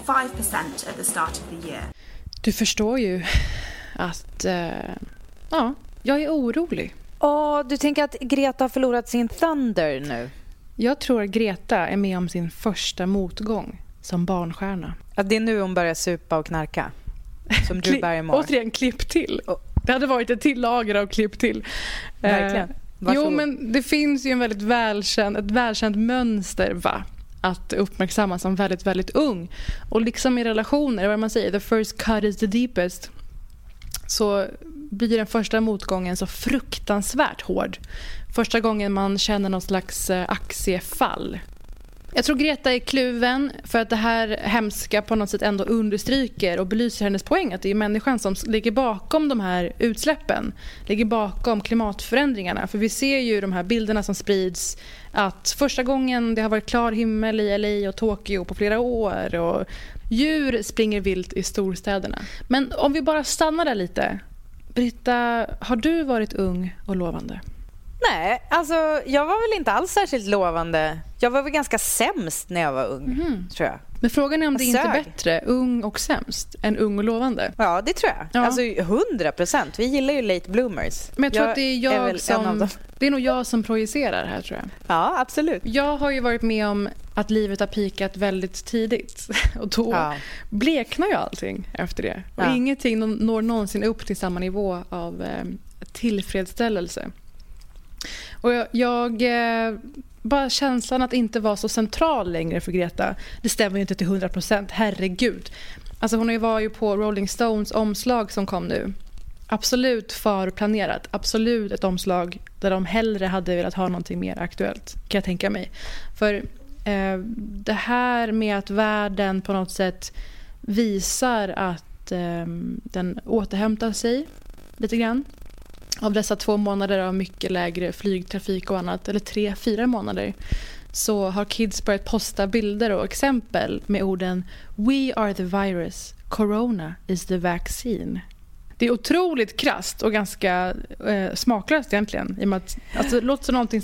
25% at the start of the year. Du förstår ju att jag är orolig. Du tänker att Greta har förlorat sin thunder nu? Jag tror att Greta är med om sin första motgång som barnstjärna. Att det är nu hon börjar supa och knarka? Som Drew Barrymore. Återigen, klipp till. Det hade varit ett till lager av klipp till. Verkligen. Jo, men det finns ju ett välkänt mönster, va? Att uppmärksamma som väldigt, väldigt ung. Och liksom i relationer, vad man säger, the first cut is the deepest, så blir den första motgången så fruktansvärt hård. Första gången man känner någon slags aktiefall. Jag tror Greta är kluven för att det här hemska på något sätt ändå understryker och belyser hennes poäng att det är människan som ligger bakom de här utsläppen, ligger bakom klimatförändringarna. För vi ser ju de här bilderna som sprids att första gången det har varit klar himmel i LA och Tokyo på flera år och djur springer vilt i storstäderna. Men om vi bara stannar där lite. Britta, har du varit ung och lovande? Nej, alltså jag var väl inte alls särskilt lovande. Jag var väl ganska sämst när jag var ung, tror jag. Men frågan är om det inte är bättre, ung och sämst, än ung och lovande. Ja, det tror jag. Ja. Alltså 100%. Vi gillar ju late bloomers. Men jag tror att det är det är nog jag som projicerar här, tror jag. Ja, absolut. Jag har ju varit med om att livet har pikat väldigt tidigt. Och då bleknar ju allting efter det. Och ingenting når någonsin upp till samma nivå av tillfredsställelse. Och jag bara känslan att inte vara så central längre för Greta, det stämmer ju inte till 100%, herregud. Alltså hon var ju på Rolling Stones omslag som kom nu. Absolut förplanerat, absolut ett omslag där de hellre hade velat ha någonting mer aktuellt, kan jag tänka mig. För det här med att världen på något sätt visar att den återhämtar sig lite grann av dessa 2 månader av mycket lägre flygtrafik och annat, eller 3-4 månader, så har kids börjat posta bilder och exempel med orden "We are the virus, corona is the vaccine". Det är otroligt krasst och ganska smaklöst egentligen. I och med att, alltså, det låter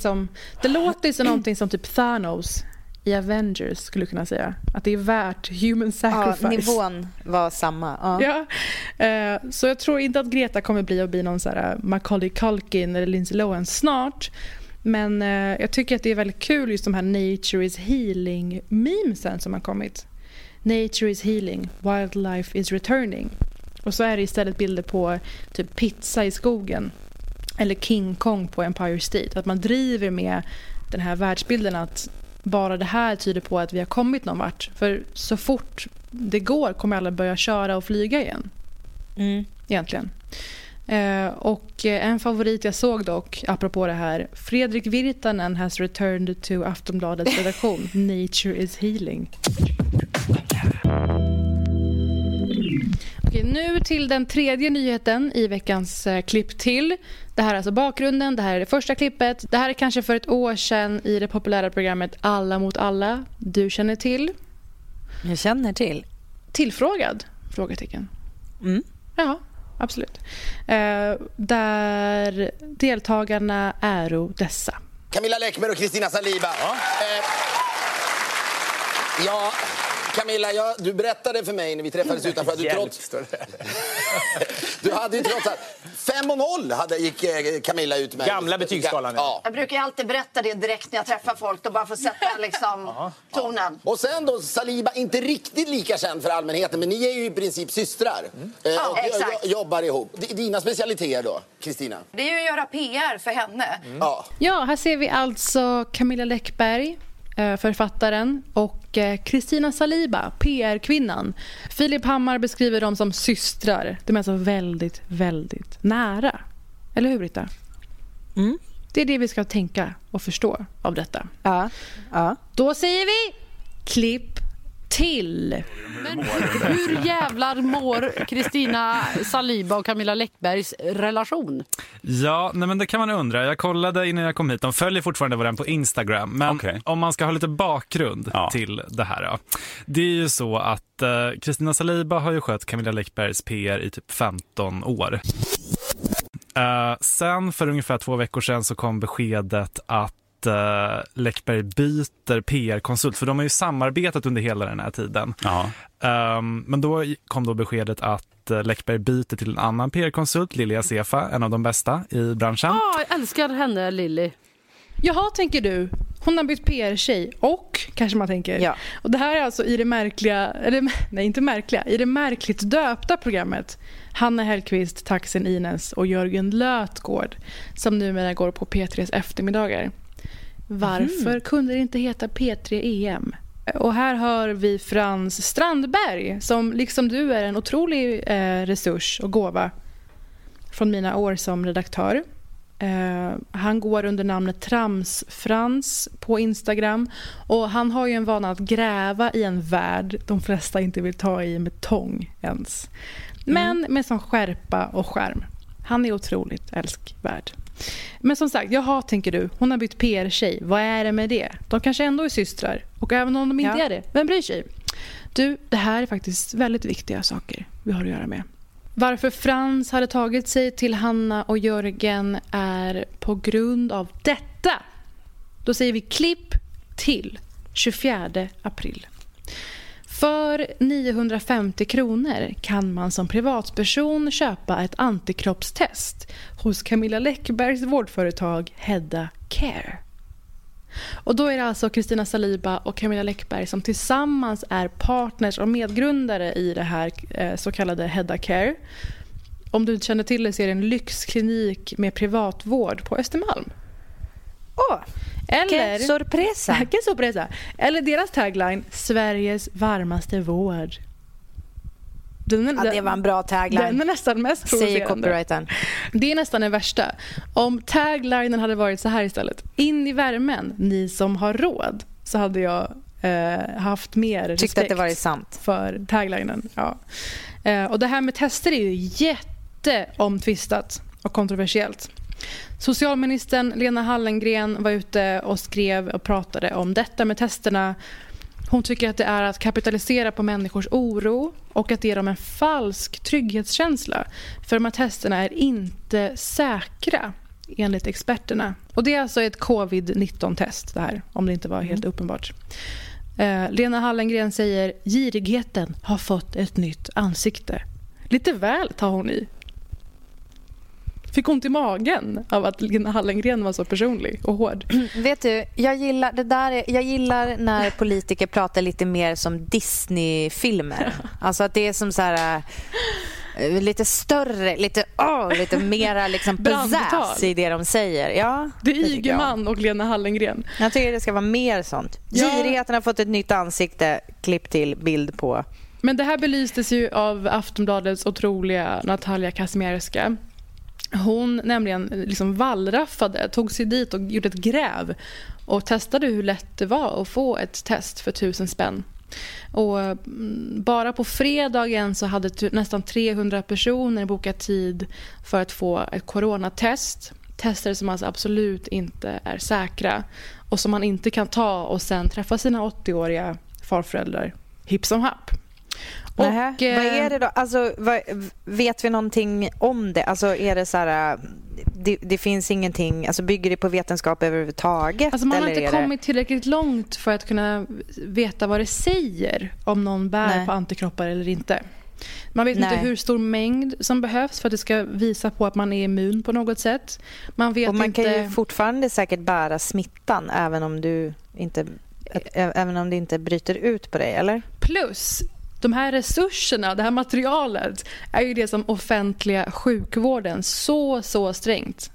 som någonting som typ Thanos i Avengers skulle kunna säga. Att det är värt human sacrifice. Ja, nivån var samma. Ja. Så jag tror inte att Greta kommer bli någon så här Macaulay Culkin eller Lindsay Lohan snart. Men jag tycker att det är väldigt kul just de här nature is healing memesen som har kommit. Nature is healing, wildlife is returning. Och så är det istället bilder på typ pizza i skogen eller King Kong på Empire State. Att man driver med den här världsbilden att bara det här tyder på att vi har kommit någon vart. För så fort det går kommer alla börja köra och flyga igen. Egentligen. Och en favorit jag såg dock, apropå det här, Fredrik Virtanen has returned to Aftonbladets redaktion. Nature is healing. Okej, nu till den tredje nyheten i veckans klipp till. Det här är alltså bakgrunden, det här är det första klippet. Det här är kanske för ett år sedan i det populära programmet Alla mot alla. Du känner till? Jag känner till. Tillfrågad? Frågetecken. Ja, absolut. Där deltagarna är dessa. Camilla Läckberg och Kristina Saliba. Ja, Camilla, du berättade för mig när vi träffades utanför att du hade ju trots allt 5,0 gick Camilla ut med. Gamla betygsskalan. Ja. Jag brukar alltid berätta det direkt när jag träffar folk och bara få sätta tonen. Och sen då Saliba, inte riktigt lika känd för allmänheten, men ni är ju i princip systrar. Och jobbar ihop. Dina specialiteter då, Kristina? Det är ju att göra PR för henne. Ja, här ser vi alltså Camilla Läckberg, författaren, och Kristina Saliba, PR-kvinnan. Filip Hammar beskriver dem som systrar. De är alltså väldigt, väldigt nära. Eller hur, Britta? Det är det vi ska tänka och förstå av detta. Ja. Då säger vi klipp till. Men hur jävlar mår Kristina Saliba och Camilla Läckbergs relation? Ja, nej, men det kan man undra. Jag kollade innan jag kom hit. De följer fortfarande varandra på Instagram. Men om man ska ha lite bakgrund till det här då. Det är ju så att Kristina Saliba har ju skött Camilla Läckbergs PR i typ 15 år. Sen för ungefär 2 veckor sedan så kom beskedet att Läckberg byter PR-konsult, för de har ju samarbetat under hela den här tiden. Men då kom då beskedet att Läckberg byter till en annan PR-konsult, Lilja Sefa, en av de bästa i branschen. Jag älskar henne, Lilly. Jaha, tänker du. Hon har bytt PR-tjej och kanske man tänker. Ja. Och det här är alltså i det märkliga, eller nej inte märkliga, i det märkligt döpta programmet Hanna Hellquist, Taxen Ines och Jörgen Lötgård som numera går på P3s eftermiddagar. Varför kunde det inte heta P3 EM? Och här hör vi Frans Strandberg som liksom du är en otrolig resurs och gåva från mina år som redaktör. Han går under namnet Trams Frans på Instagram och han har ju en vana att gräva i en värld de flesta inte vill ta i med tång ens. Men med sån skärpa och skärm. Han är otroligt älskvärd. Men som sagt, tänker du, hon har bytt PR-tjej. Vad är det med det? De kanske ändå är systrar. Och även om de inte är det, vem bryr sig? Du, det här är faktiskt väldigt viktiga saker vi har att göra med. Varför Frans hade tagit sig till Hanna och Jörgen är på grund av detta. Då säger vi klipp till 24 april. För 950 kronor kan man som privatperson köpa ett antikroppstest hos Camilla Läckbergs vårdföretag Hedda Care. Och då är det alltså Kristina Saliba och Camilla Läckberg som tillsammans är partners och medgrundare i det här så kallade Hedda Care. Om du inte känner till det så är det en lyxklinik med privatvård på Östermalm. Eller sorpresa. Eller deras tagline, Sveriges varmaste vård. Det var en bra tagline. Den är nästan mest provocerande. Det är nästan den värsta. Om taglinen hade varit så här istället. In i värmen, ni som har råd. Så hade jag haft mer respekt att det var sant för taglinen. Ja. Och det här med tester är ju jätteomtvistat och kontroversiellt. Socialministern Lena Hallengren var ute och skrev och pratade om detta med testerna. Hon tycker att det är att kapitalisera på människors oro och att ge dem en falsk trygghetskänsla. För de här testerna är inte säkra enligt experterna. Och det är alltså ett covid-19-test det här, om det inte var helt uppenbart. Lena Hallengren säger girigheten har fått ett nytt ansikte. Lite väl tar hon i. Fick ont i magen av att Lena Hallengren var så personlig och hård. Vet du, jag gillar det där. Jag gillar när politiker pratar lite mer som Disney-filmer. Alltså att det är som så här lite större, lite mera liksom pizzazz i det de säger. Ja, det är Ygeman och Lena Hallengren. Jag tycker det ska vara mer sånt. Girigheten har fått ett nytt ansikte, klipp till bild på. Men det här belystes ju av Aftonbladets otroliga Natalia Kazimierska. Hon nämligen liksom vallraffade, tog sig dit och gjorde ett gräv och testade hur lätt det var att få ett test för 1000 spänn. Och bara på fredagen så hade nästan 300 personer bokat tid för att få ett coronatest. Tester som alltså absolut inte är säkra och som man inte kan ta och sen träffa sina 80-åriga farföräldrar hipp som happ. Och, vad är det då? Alltså, vet vi någonting om det? Alltså är det så här, det finns ingenting, alltså bygger det på vetenskap överhuvudtaget? Alltså man har eller inte kommit tillräckligt långt för att kunna veta vad det säger om någon bär på antikroppar eller inte. Man vet inte hur stor mängd som behövs för att det ska visa på att man är immun på något sätt. Man vet kan ju fortfarande säkert bära smittan även om det inte bryter ut på dig, eller? Plus de här resurserna, det här materialet är ju det som offentliga sjukvården så strängt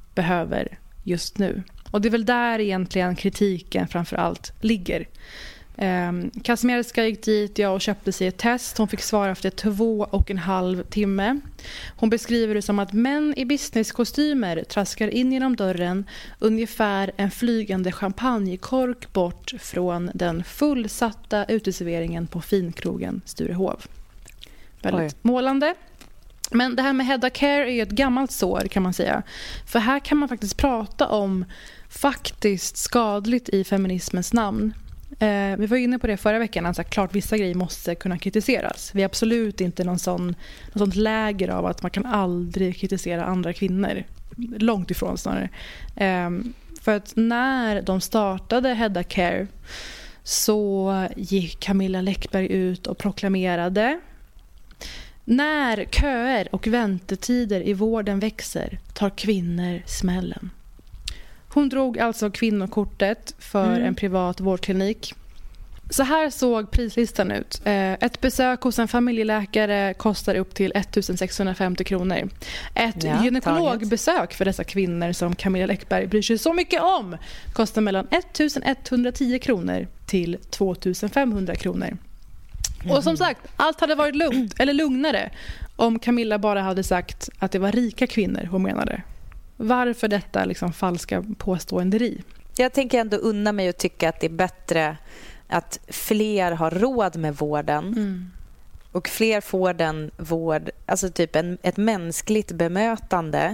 behöver just nu. Och det är väl där egentligen kritiken framför allt ligger. Kazmierska gick dit och köpte sig ett test. Hon fick svara efter 2,5 timme. Hon beskriver det som att män i businesskostymer traskar in genom dörren ungefär en flygande champagnekork bort från den fullsatta uteserveringen på finkrogen Sturehov. Väldigt målande. Men det här med Hedda Care är ju ett gammalt sår, kan man säga. För här kan man faktiskt prata om faktiskt skadligt i feminismens namn. Vi var inne på det förra veckan, alltså klart vissa grejer måste kunna kritiseras. Vi är absolut inte någon sånt läger av att man kan aldrig kritisera andra kvinnor. Långt ifrån snarare. För att när de startade Hedda Care så gick Camilla Läckberg ut och proklamerade: när köer och väntetider i vården växer tar kvinnor smällen. Hon drog alltså kvinnokortet för en privat vårdklinik. Så här såg prislistan ut. Ett besök hos en familjeläkare kostar upp till 1650 kronor. Ett gynekologbesök för dessa kvinnor som Camilla Läckberg bryr sig så mycket om kostar mellan 1110 kronor till 2500 kronor. Och som sagt, allt hade varit lugnt eller lugnare om Camilla bara hade sagt att det var rika kvinnor hon menade. Varför detta liksom falska påståenderi? Jag tänker ändå unna mig att tycka att det är bättre att fler har råd med vården och fler får den vård, alltså typ ett mänskligt bemötande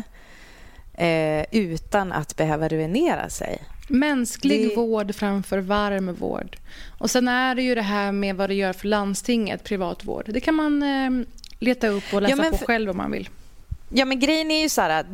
utan att behöva ruinera sig. Mänsklig vård framför varm vård. Och sen är det ju det här med vad det gör för landstinget, privatvård. Det kan man leta upp och läsa på själv om man vill. Ja, men grejen är ju så här,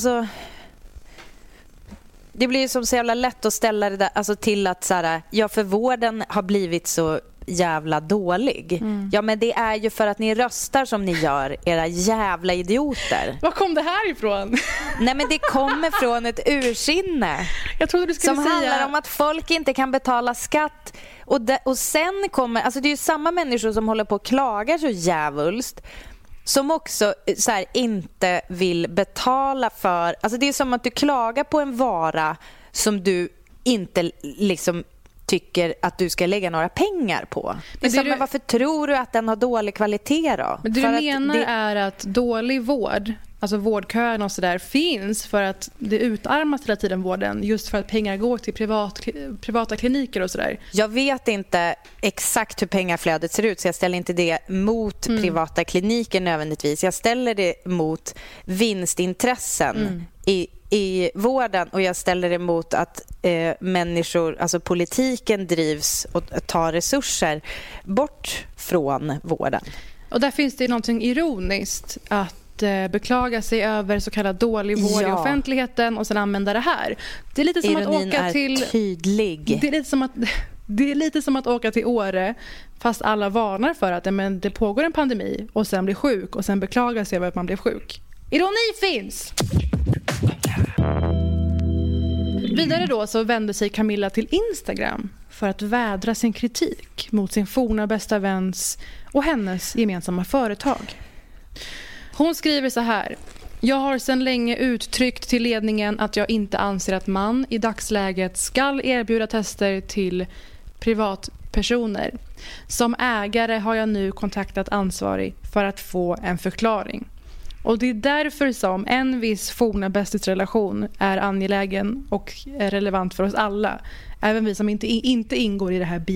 det blir ju som så jävla lätt att ställa det där, alltså till att så här, för vården har blivit så jävla dålig. Ja, men det är ju för att ni röstar som ni gör, era jävla idioter. Var kom det här ifrån? Nej, men det kommer från ett ursinne. Jag trodde du skulle som säga... handlar om att folk inte kan betala skatt. Och sen kommer, alltså det är ju samma människor som håller på och klagar så jävulst, som också så här, inte vill betala för... Alltså det är som att du klagar på en vara som du inte liksom tycker att du ska lägga några pengar på. Men varför tror du att den har dålig kvalitet då? Men det du menar är att dålig vård, alltså vårdköerna och sådär, finns för att det utarmas hela tiden vården, just för att pengar går till privata kliniker och sådär. Jag vet inte exakt hur pengaflödet ser ut, så jag ställer inte det mot privata kliniker nödvändigtvis. Jag ställer det mot vinstintressen i vården, och jag ställer det mot att människor, alltså politiken drivs och tar resurser bort från vården. Och där finns det någonting ironiskt att beklaga sig över så kallad dålig vård i offentligheten och sen använda det här. Det är lite som ironin att åka till tydlig. Det är lite som att åka till Åre fast alla varnar för att det pågår en pandemi och sen blir sjuk och sen beklagar sig över att man blir sjuk. Ironi finns. Vidare då så vände sig Camilla till Instagram för att vädra sin kritik mot sin forna bästa väns och hennes gemensamma företag. Hon skriver så här: jag har sedan länge uttryckt till ledningen att jag inte anser att man i dagsläget ska erbjuda tester till privatpersoner. Som ägare har jag nu kontaktat ansvarig för att få en förklaring. Och det är därför som en viss forna bästisrelation är angelägen och är relevant för oss alla. Även vi som inte ingår i det här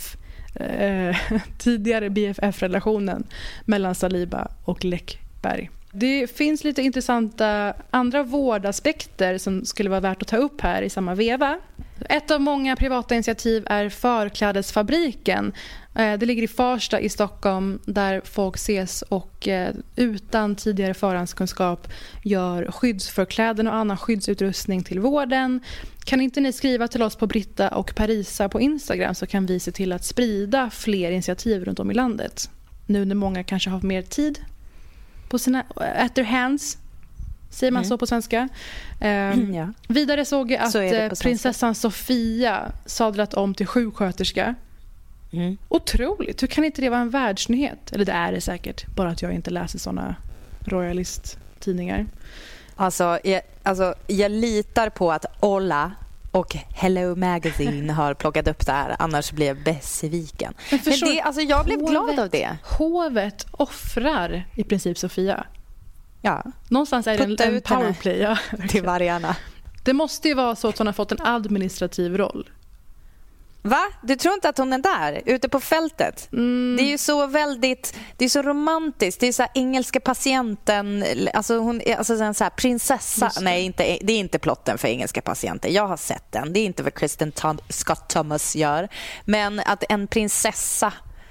tidigare BFF-relationen mellan Saliba och Läckberg. Det finns lite intressanta andra vårdaspekter som skulle vara värt att ta upp här i samma veva. Ett av många privata initiativ är Förklädesfabriken. Det ligger i Farsta i Stockholm, där folk ses och utan tidigare förhandskunskap gör skyddsförkläden och annan skyddsutrustning till vården. Kan inte ni skriva till oss på Britta och Parisa på Instagram, så kan vi se till att sprida fler initiativ runt om i landet. Nu när många kanske har mer tid på sina at their hands. Säger man så på svenska? Ja. Vidare såg jag att prinsessan Sofia sadlat om till sjuksköterska. Otroligt. Hur kan inte det vara en världsnyhet? Eller det är det säkert. Bara att jag inte läser såna royalist-tidningar. Alltså, jag litar på att Ola och Hello Magazine har plockat upp det här. Annars blir jag besviken. Men det, alltså jag blev glad av det. Hovet offrar i princip Sofia. Ja. Någonstans är det en powerplay. Ja, till vargarna. Det måste ju vara så att hon har fått en administrativ roll. Va? Du tror inte att hon är där, ute på fältet? Det är ju så väldigt, det är så romantiskt. Det är så här engelska patienten, alltså hon är alltså så här prinsessa. Nej, inte, det är inte plotten för engelska patienter. Jag har sett den. Det är inte vad Kristen Scott Thomas gör. Men att en prinsessa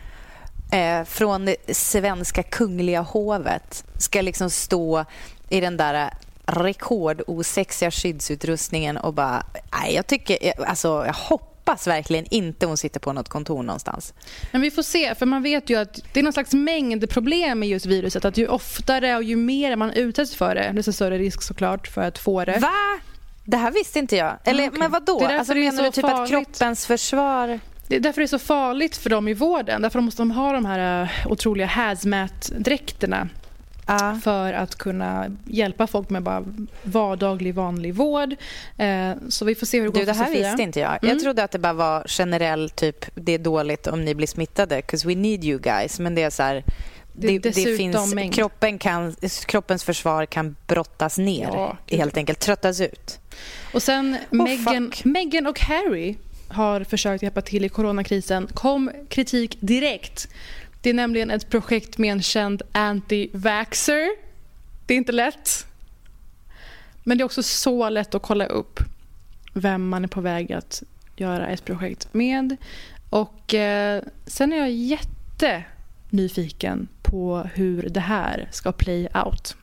från det svenska kungliga hovet ska liksom stå i den där rekordosexiga skyddsutrustningen och bara, nej, jag tycker, alltså jag hoppas verkligen inte hon sitter på något kontor någonstans. Men vi får se, för man vet ju att det är någon slags mängdproblem med just viruset, att ju oftare och ju mer man utsätts för det, desto större risk såklart för att få det. Va? Det här visste inte jag. Eller men vad då? Alltså menar du typ att kroppens försvar... Det är därför det är så farligt för dem i vården. Därför måste de ha de här otroliga hazmat-dräkterna för att kunna hjälpa folk med bara vardaglig, vanlig vård. Så vi får se hur det går för det här Sofia. Visste inte jag. Jag trodde att det bara var generell typ, det är dåligt om ni blir smittade, 'cause we need you guys. Men det är så här, det finns, kroppens försvar kan brottas ner, helt enkelt tröttas ut. Och sen Meghan och Harry har försökt hjälpa till i coronakrisen. Kom kritik direkt. Det är nämligen ett projekt med en känd anti-vaxxer. Det är inte lätt. Men det är också så lätt att kolla upp vem man är på väg att göra ett projekt med. Och sen är jag jättenyfiken på hur det här ska play out.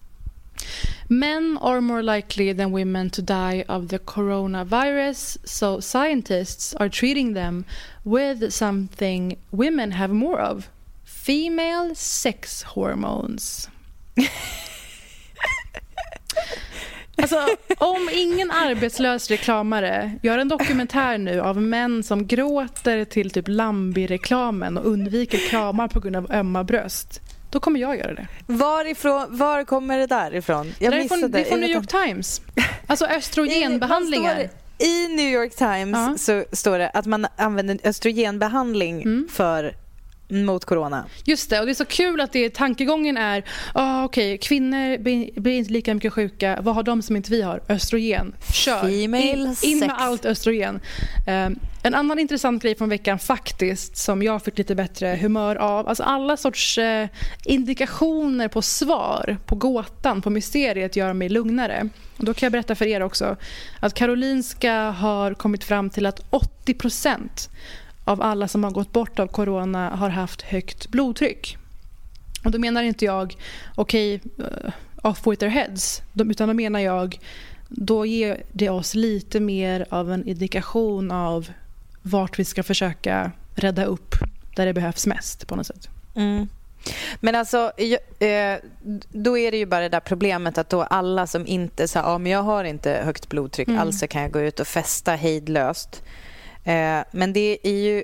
Men are more likely than women to die of the coronavirus, so scientists are treating them with something women have more of: female sex hormones. Alltså, om ingen arbetslös reklamare gör en dokumentär nu av män som gråter till typ Lambi-reklamen och undviker kramar på grund av ömma bröst, då kommer jag göra det. Var kommer det där ifrån? Det är från New York Times. Alltså östrogenbehandlingar. I New York Times så står det att man använder östrogenbehandling mot corona. Just det, och det är så kul att tankegången är okej, kvinnor blir inte lika mycket sjuka. Vad har de som inte vi har? Östrogen. Kör. In med allt östrogen. En annan intressant grej från veckan faktiskt, som jag fick lite bättre humör av, alltså alla sorts indikationer på svar på gåtan, på mysteriet gör mig lugnare. Och då kan jag berätta för er också att Karolinska har kommit fram till att 80% av alla som har gått bort av corona har haft högt blodtryck. Och då menar inte jag off with their heads, utan då menar jag, då ger det oss lite mer av en indikation av vart vi ska försöka rädda upp där det behövs mest på något sätt. Men alltså då är det ju bara det där problemet att då alla som inte sa men jag har inte högt blodtryck, alltså kan jag gå ut och festa hejdlöst. Men det är ju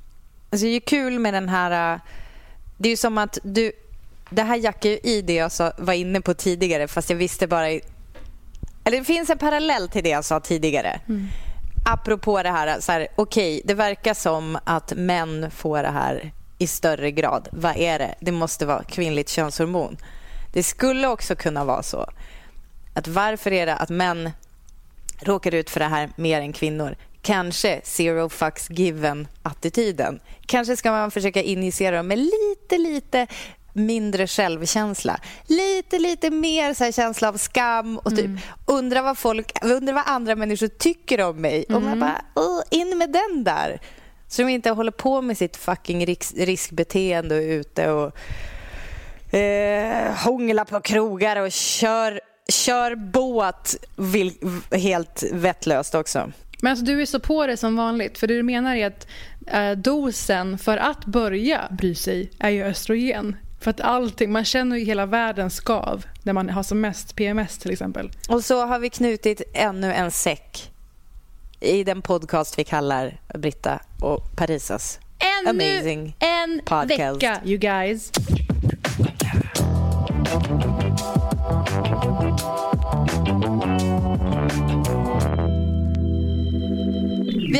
kul med den här, det är ju som att det här jackar ju i det jag var inne på tidigare, fast jag visste bara eller det finns en parallell till det jag sa tidigare. Apropå det här, okej, det verkar som att män får det här i större grad. Vad är det? Det måste vara kvinnligt könshormon. Det skulle också kunna vara så att varför är det att män råkar ut för det här mer än kvinnor? Kanske zero fucks given attityden. Kanske ska man försöka injicera dem med lite mindre självkänsla. Lite mer så här känsla av skam och typ undra vad andra människor tycker om mig. Och man bara, in med den där. Så de inte håller på med sitt fucking riskbeteende och ute och hångla på krogar och kör båt helt vettlöst också. Men alltså, du är så på det som vanligt. För det du menar är att dosen för att börja bry sig är ju östrogen. För att allting, man känner ju hela världens skav när man har som mest PMS till exempel. Och så har vi knutit ännu en säck i den podcast vi kallar Britta och Parisas amazing en podcast. Vecka, you guys.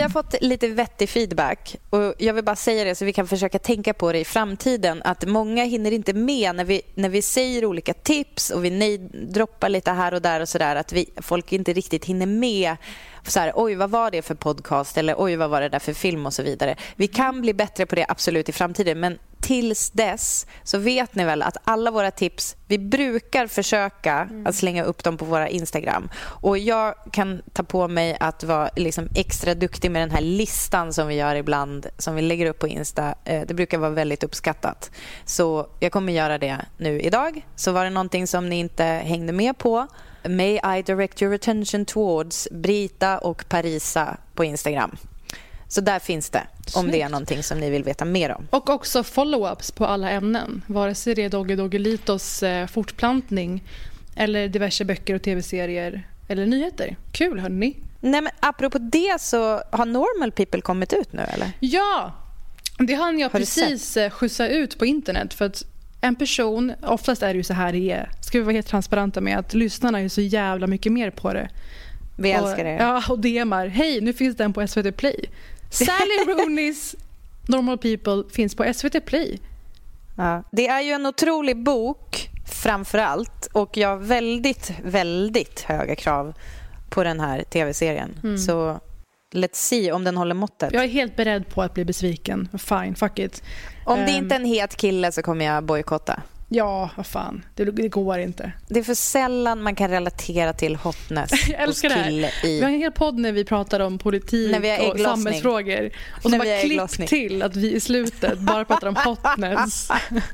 har fått lite vettig feedback och jag vill bara säga det så vi kan försöka tänka på det i framtiden, att många hinner inte med när vi säger olika tips och vi droppar lite här och där och sådär, att folk inte riktigt hinner med så här, oj vad var det för podcast eller oj vad var det där för film och så vidare. Vi kan bli bättre på det absolut i framtiden, men tills dess så vet ni väl att alla våra tips, vi brukar försöka att slänga upp dem på våra Instagram, och jag kan ta på mig att vara liksom extra duktig med den här listan som vi gör ibland, som vi lägger upp på Insta. Det brukar vara väldigt uppskattat, så jag kommer göra det nu idag. Så var det någonting som ni inte hängde med på, may I direct your attention towards Brita och Parisa på Instagram. Så där finns det, om det är någonting som ni vill veta mer om. Och också follow-ups på alla ämnen. Vare sig det är Doggy Doggelitos fortplantning eller diverse böcker och tv-serier eller nyheter. Kul, hörni. Nej, men apropå det, så har Normal People kommit ut nu, eller? Ja, det hann jag precis skjutsa ut på internet, för att en person, oftast är det ju så här det är. Ska vi vara helt transparenta med att lyssnarna är så jävla mycket mer på det. Vi älskar det. Ja, och DMar. Hej, nu finns den på SVT Play. Sally Rooney's Normal People finns på SVT Play. Ja, det är ju en otrolig bok framförallt, och jag har väldigt, väldigt höga krav på den här tv-serien. Så let's see om den håller måttet. Jag är helt beredd på att bli besviken. Fine, fuck it. Om det inte är en het kille så kommer jag bojkotta. Ja, vad fan. Det går inte. Det är för sällan man kan relatera till hotness. Jag älskar det här. Vi har en hel podd när vi pratar om politik och samhällsfrågor. Och så bara klipp till att vi i slutet bara pratar om hotness.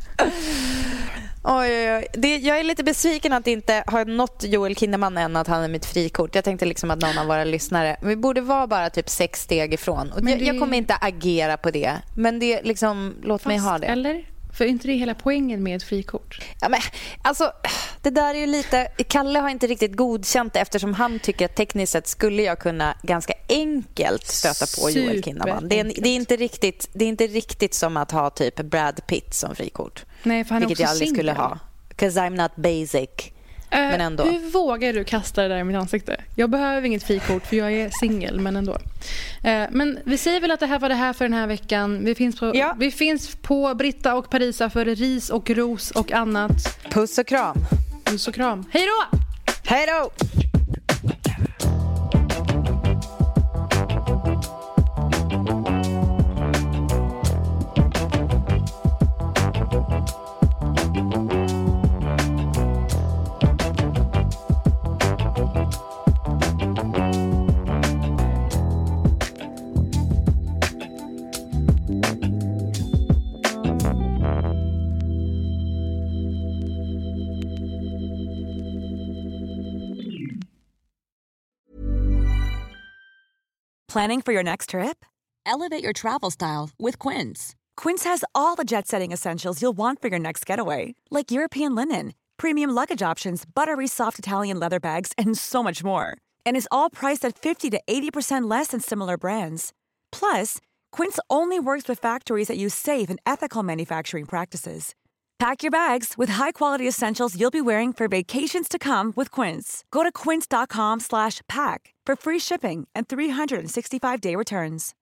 Oj. Jag är lite besviken att inte har nått Joel Kinnaman än att han är mitt frikort. Jag tänkte liksom att någon av våra lyssnare, vi borde vara bara typ 6 steg ifrån. Och jag kommer inte agera på det, men det liksom, låt mig ha det. Eller? För inte det hela poängen med ett frikort? Ja, men alltså, det där är ju lite... Kalle har inte riktigt godkänt det, eftersom han tycker att tekniskt sett skulle jag kunna ganska enkelt stöta på Joel Kinnaman. Det är inte riktigt som att ha typ Brad Pitt som frikort. Nej, för han är vilket också jag aldrig single. skulle ha. 'Cause I'm not basic. Men ändå. Hur vågar du kasta det där i mitt ansikte? Jag behöver inget frikort för jag är singel, men ändå. Men vi säger väl att det här var det här för den här veckan. Vi finns på Britta och Parisa för ris och ros och annat. Puss och kram. Puss och kram. Hej då! Hej då! Planning for your next trip? Elevate your travel style with Quince. Quince has all the jet-setting essentials you'll want for your next getaway, like European linen, premium luggage options, buttery soft Italian leather bags, and so much more. And is all priced at 50 to 80% less than similar brands. Plus, Quince only works with factories that use safe and ethical manufacturing practices. Pack your bags with high-quality essentials you'll be wearing for vacations to come with Quince. Go to quince.com/pack for free shipping and 365-day returns.